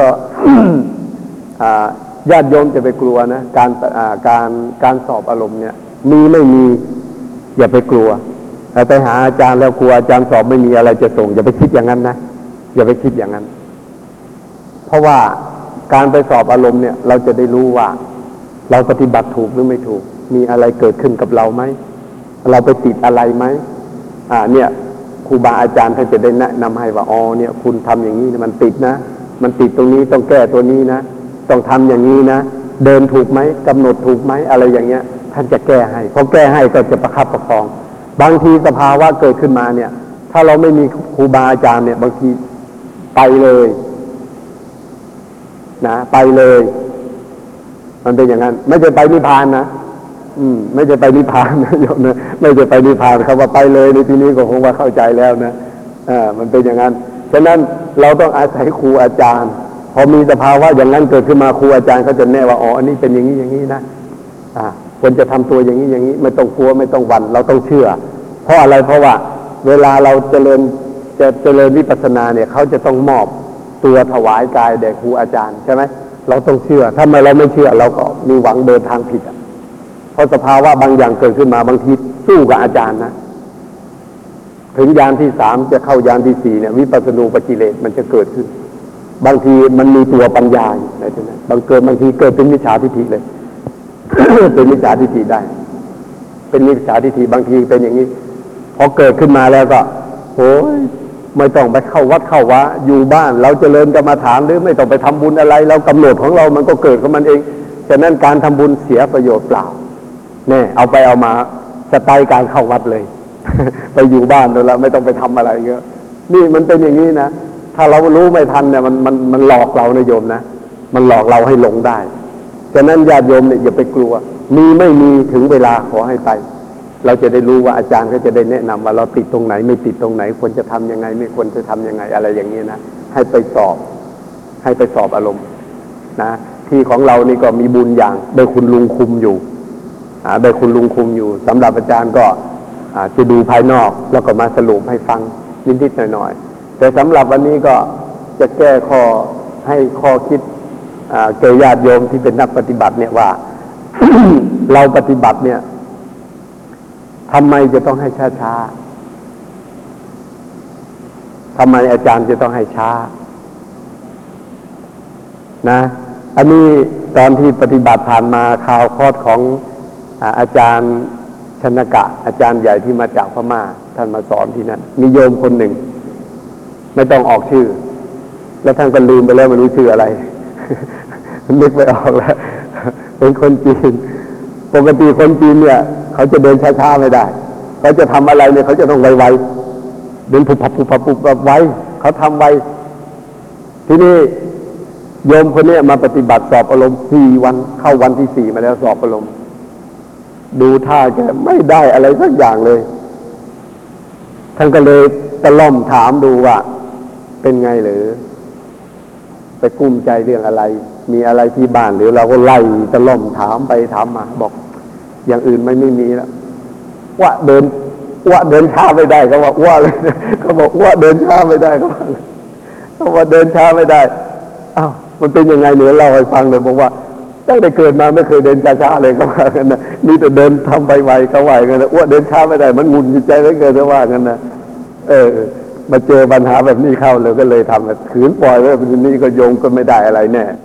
ญาติโยมจะไปกลัวนะการการการสอบอารมณ์เนี่ยมีไม่มีอย่าไปกลัวแต่ไปหาอาจารย์แล้วกลัวอาจารย์สอบไม่มีอะไรจะส่งอย่าไปคิดอย่างนั้นนะอย่าไปคิดอย่างนั้นเพราะว่าการไปสอบอารมณ์เนี่ยเราจะได้รู้ว่าเราปฏิบัติถูกหรือไม่ถูกมีอะไรเกิดขึ้นกับเราไหมเราไปติดอะไรไหมอ่าเนี่ยครูบาอาจารย์ท่านจะได้แนะนำให้ว่าอ๋อเนี่ยคุณทำอย่างนี้มันติดนะมันติดตรงนี้ต้องแก้ตัวนี้นะต้องทำอย่างนี้นะเดินถูกไหมกำหนดถูกไหมอะไรอย่างเงี้ยท่านจะแก้ให้พอแก้ให้ก็จะประคับประคองบางทีสภาวะเกิดขึ้นมาเนี่ยถ้าเราไม่มีครูบาอาจารย์เนี่ยบางทีไปเลยนะไปเลยมันเป็นอย่างนั้นไม่จะไปนิพพานนะอืมไม่จะไปนิพพานนะโยมนะไม่จะไปนิพพานเขาว่าไปเลยในที่นี้ก็คงว่าเข้าใจแล้วนะอ่ามันเป็นอย่างนั้นฉะนั้นเราต้องอาศัยครูอาจารย์พอมีสภาวะอย่างนั้นเกิดขึ้นมาครูอาจารย์เขาจะแน่ว่าอ๋ออันนี้เป็นอย่างนี้อย่างนี้นะอ่าควรจะทำตัวอย่างนี้อย่างนี้ไม่ต้องกลัวไม่ต้องหวั่นเราต้องเชื่อเพราะอะไรเพราะว่าเวลาเราเจริญจะเจริญวิปัสสนาเนี่ยเขาจะต้องมอบตัวถวายกายแด่ครูอาจารย์ใช่ไหมเราต้องเชื่อถ้าไม่เราไม่เชื่อเราก็มีหวังเดินทางผิดอ่ะเพราะสภาวะบางอย่างเกิดขึ้นมาบางทีสู้กับอาจารย์นะถึงยานที่สามจะเข้ายานที่สี่เนี่ยวิปัสสนูปกิเลสมันจะเกิดขึ้นบางทีมันมีตัวปัญญาอะไรตรงนั้นบางเกิดบางทีเกิดเป็นมิจฉาทิฏฐิเลย เป็นมิจฉาทิฏฐิได้เป็นมิจฉาทิฏฐิบางทีเป็นอย่างนี้พอเกิดขึ้นมาแล้วก็โอ้ยไม่ต้องไปเข้าวัดเข้าวะอยู่บ้านเราเจริญกรรมฐานหรือไม่ต้องไปทำบุญอะไรเรากำหนดของเรามันก็เกิดของมันเองฉะนั้นการทำบุญเสียประโยชน์เปล่าแน่เอาไปเอามาสไตล์การเข้าวัดเลย ไปอยู่บ้านแล้วไม่ต้องไปทำอะไรเยอะนี่มันเป็นอย่างนี้นะถ้าเรารู้ไม่ทันเนี่ยมันมันมันหลอกเรานะโยมนะมันหลอกเราให้หลงได้ฉะนั้นญาติโยมเนี่ยอย่าไปกลัวมีไม่มีถึงเวลาขอให้ไปเราจะได้รู้ว่าอาจารย์ก็จะได้แนะนำว่าเราติดตรงไหนไม่ติดตรงไหนควรจะทำยังไงไม่ควรจะทำยังไงอะไรอย่างนี้นะให้ไปสอบให้ไปสอบอารมณ์นะที่ของเรานี่ก็มีบุญอย่างได้คุณลุงคุมอยู่อ่าได้คุณลุงคุมอยู่สำหรับอาจารย์ก็อ่าจะดูภายนอกแล้วก็มาสรุปให้ฟังนิดๆหน่อยๆแต่สำหรับวันนี้ก็จะแก้ข้อให้ข้อคิดอ่าแก่ญาติโยมที่เป็นนักปฏิบัติเนี่ยว่า เราปฏิบัติเนี่ยทำไมจะต้องให้ช้าๆทำไมอาจารย์จะต้องให้ช้านะอันนี้ตอนที่ปฏิบัติผ่านมาข่าวคอร์สของอ่าอาจารย์ชนกะอาจารย์ใหญ่ที่มาจากพม่าท่านมาสอนที่นั่นมีโยมคนหนึ่งไม่ต้องออกชื่อแล้วท่านก็ลืมไปแล้วไม่รู้ชื่ออะไร นึกไม่ออกแล้ว เป็นคนจีนปกติคนจีนเนี่ยเขาจะเดินช้าๆไม่ได้เขาจะทำอะไรเนี่ยเขาจะต้องไวๆเดินผุบผับผุบผับผุบแบบไวเขาทำไวทีนี้โยมคนนี้มาปฏิบัติสอบอารมณ์สี่วันเข้าวันที่สี่มาแล้วสอบอารมณ์ดูท่าแกไม่ได้อะไรสักอย่างเลยท่านก็เลยตะล่อมถามดูว่าเป็นไงหรือไปกุ้มใจเรื่องอะไรมีอะไรที่บ้านหรือเราก็ไล่ตะล่อมถามไปถามมาบอกอย่างอื่นไม่ไม่มีแล้วว่าเดินว่าเดินช้าไม่ได้เขาบอกว่าเลยเขาบอกว่าเดินช้าไม่ได้เขาบอกเขาว่าเดินช้าไม่ได้อ้าวมันเป็นยังไงเหนือเล่าให้ฟังเลยบอกว่าตั้งแต่เกิดมาไม่เคยเดินช้าๆเลยเขาว่ากันนะนี่แต่เดินทำไวๆเขาว่ากันนะว่าเดินช้าไม่ได้มันงุนใจเหลือเกินเขาว่ากันนะเออมาเจอปัญหาแบบนี้เข้าเลยก็เลยทำขืนปล่อยไว้แบบนี้ก็โยงก็ไม่ได้อะไรแน่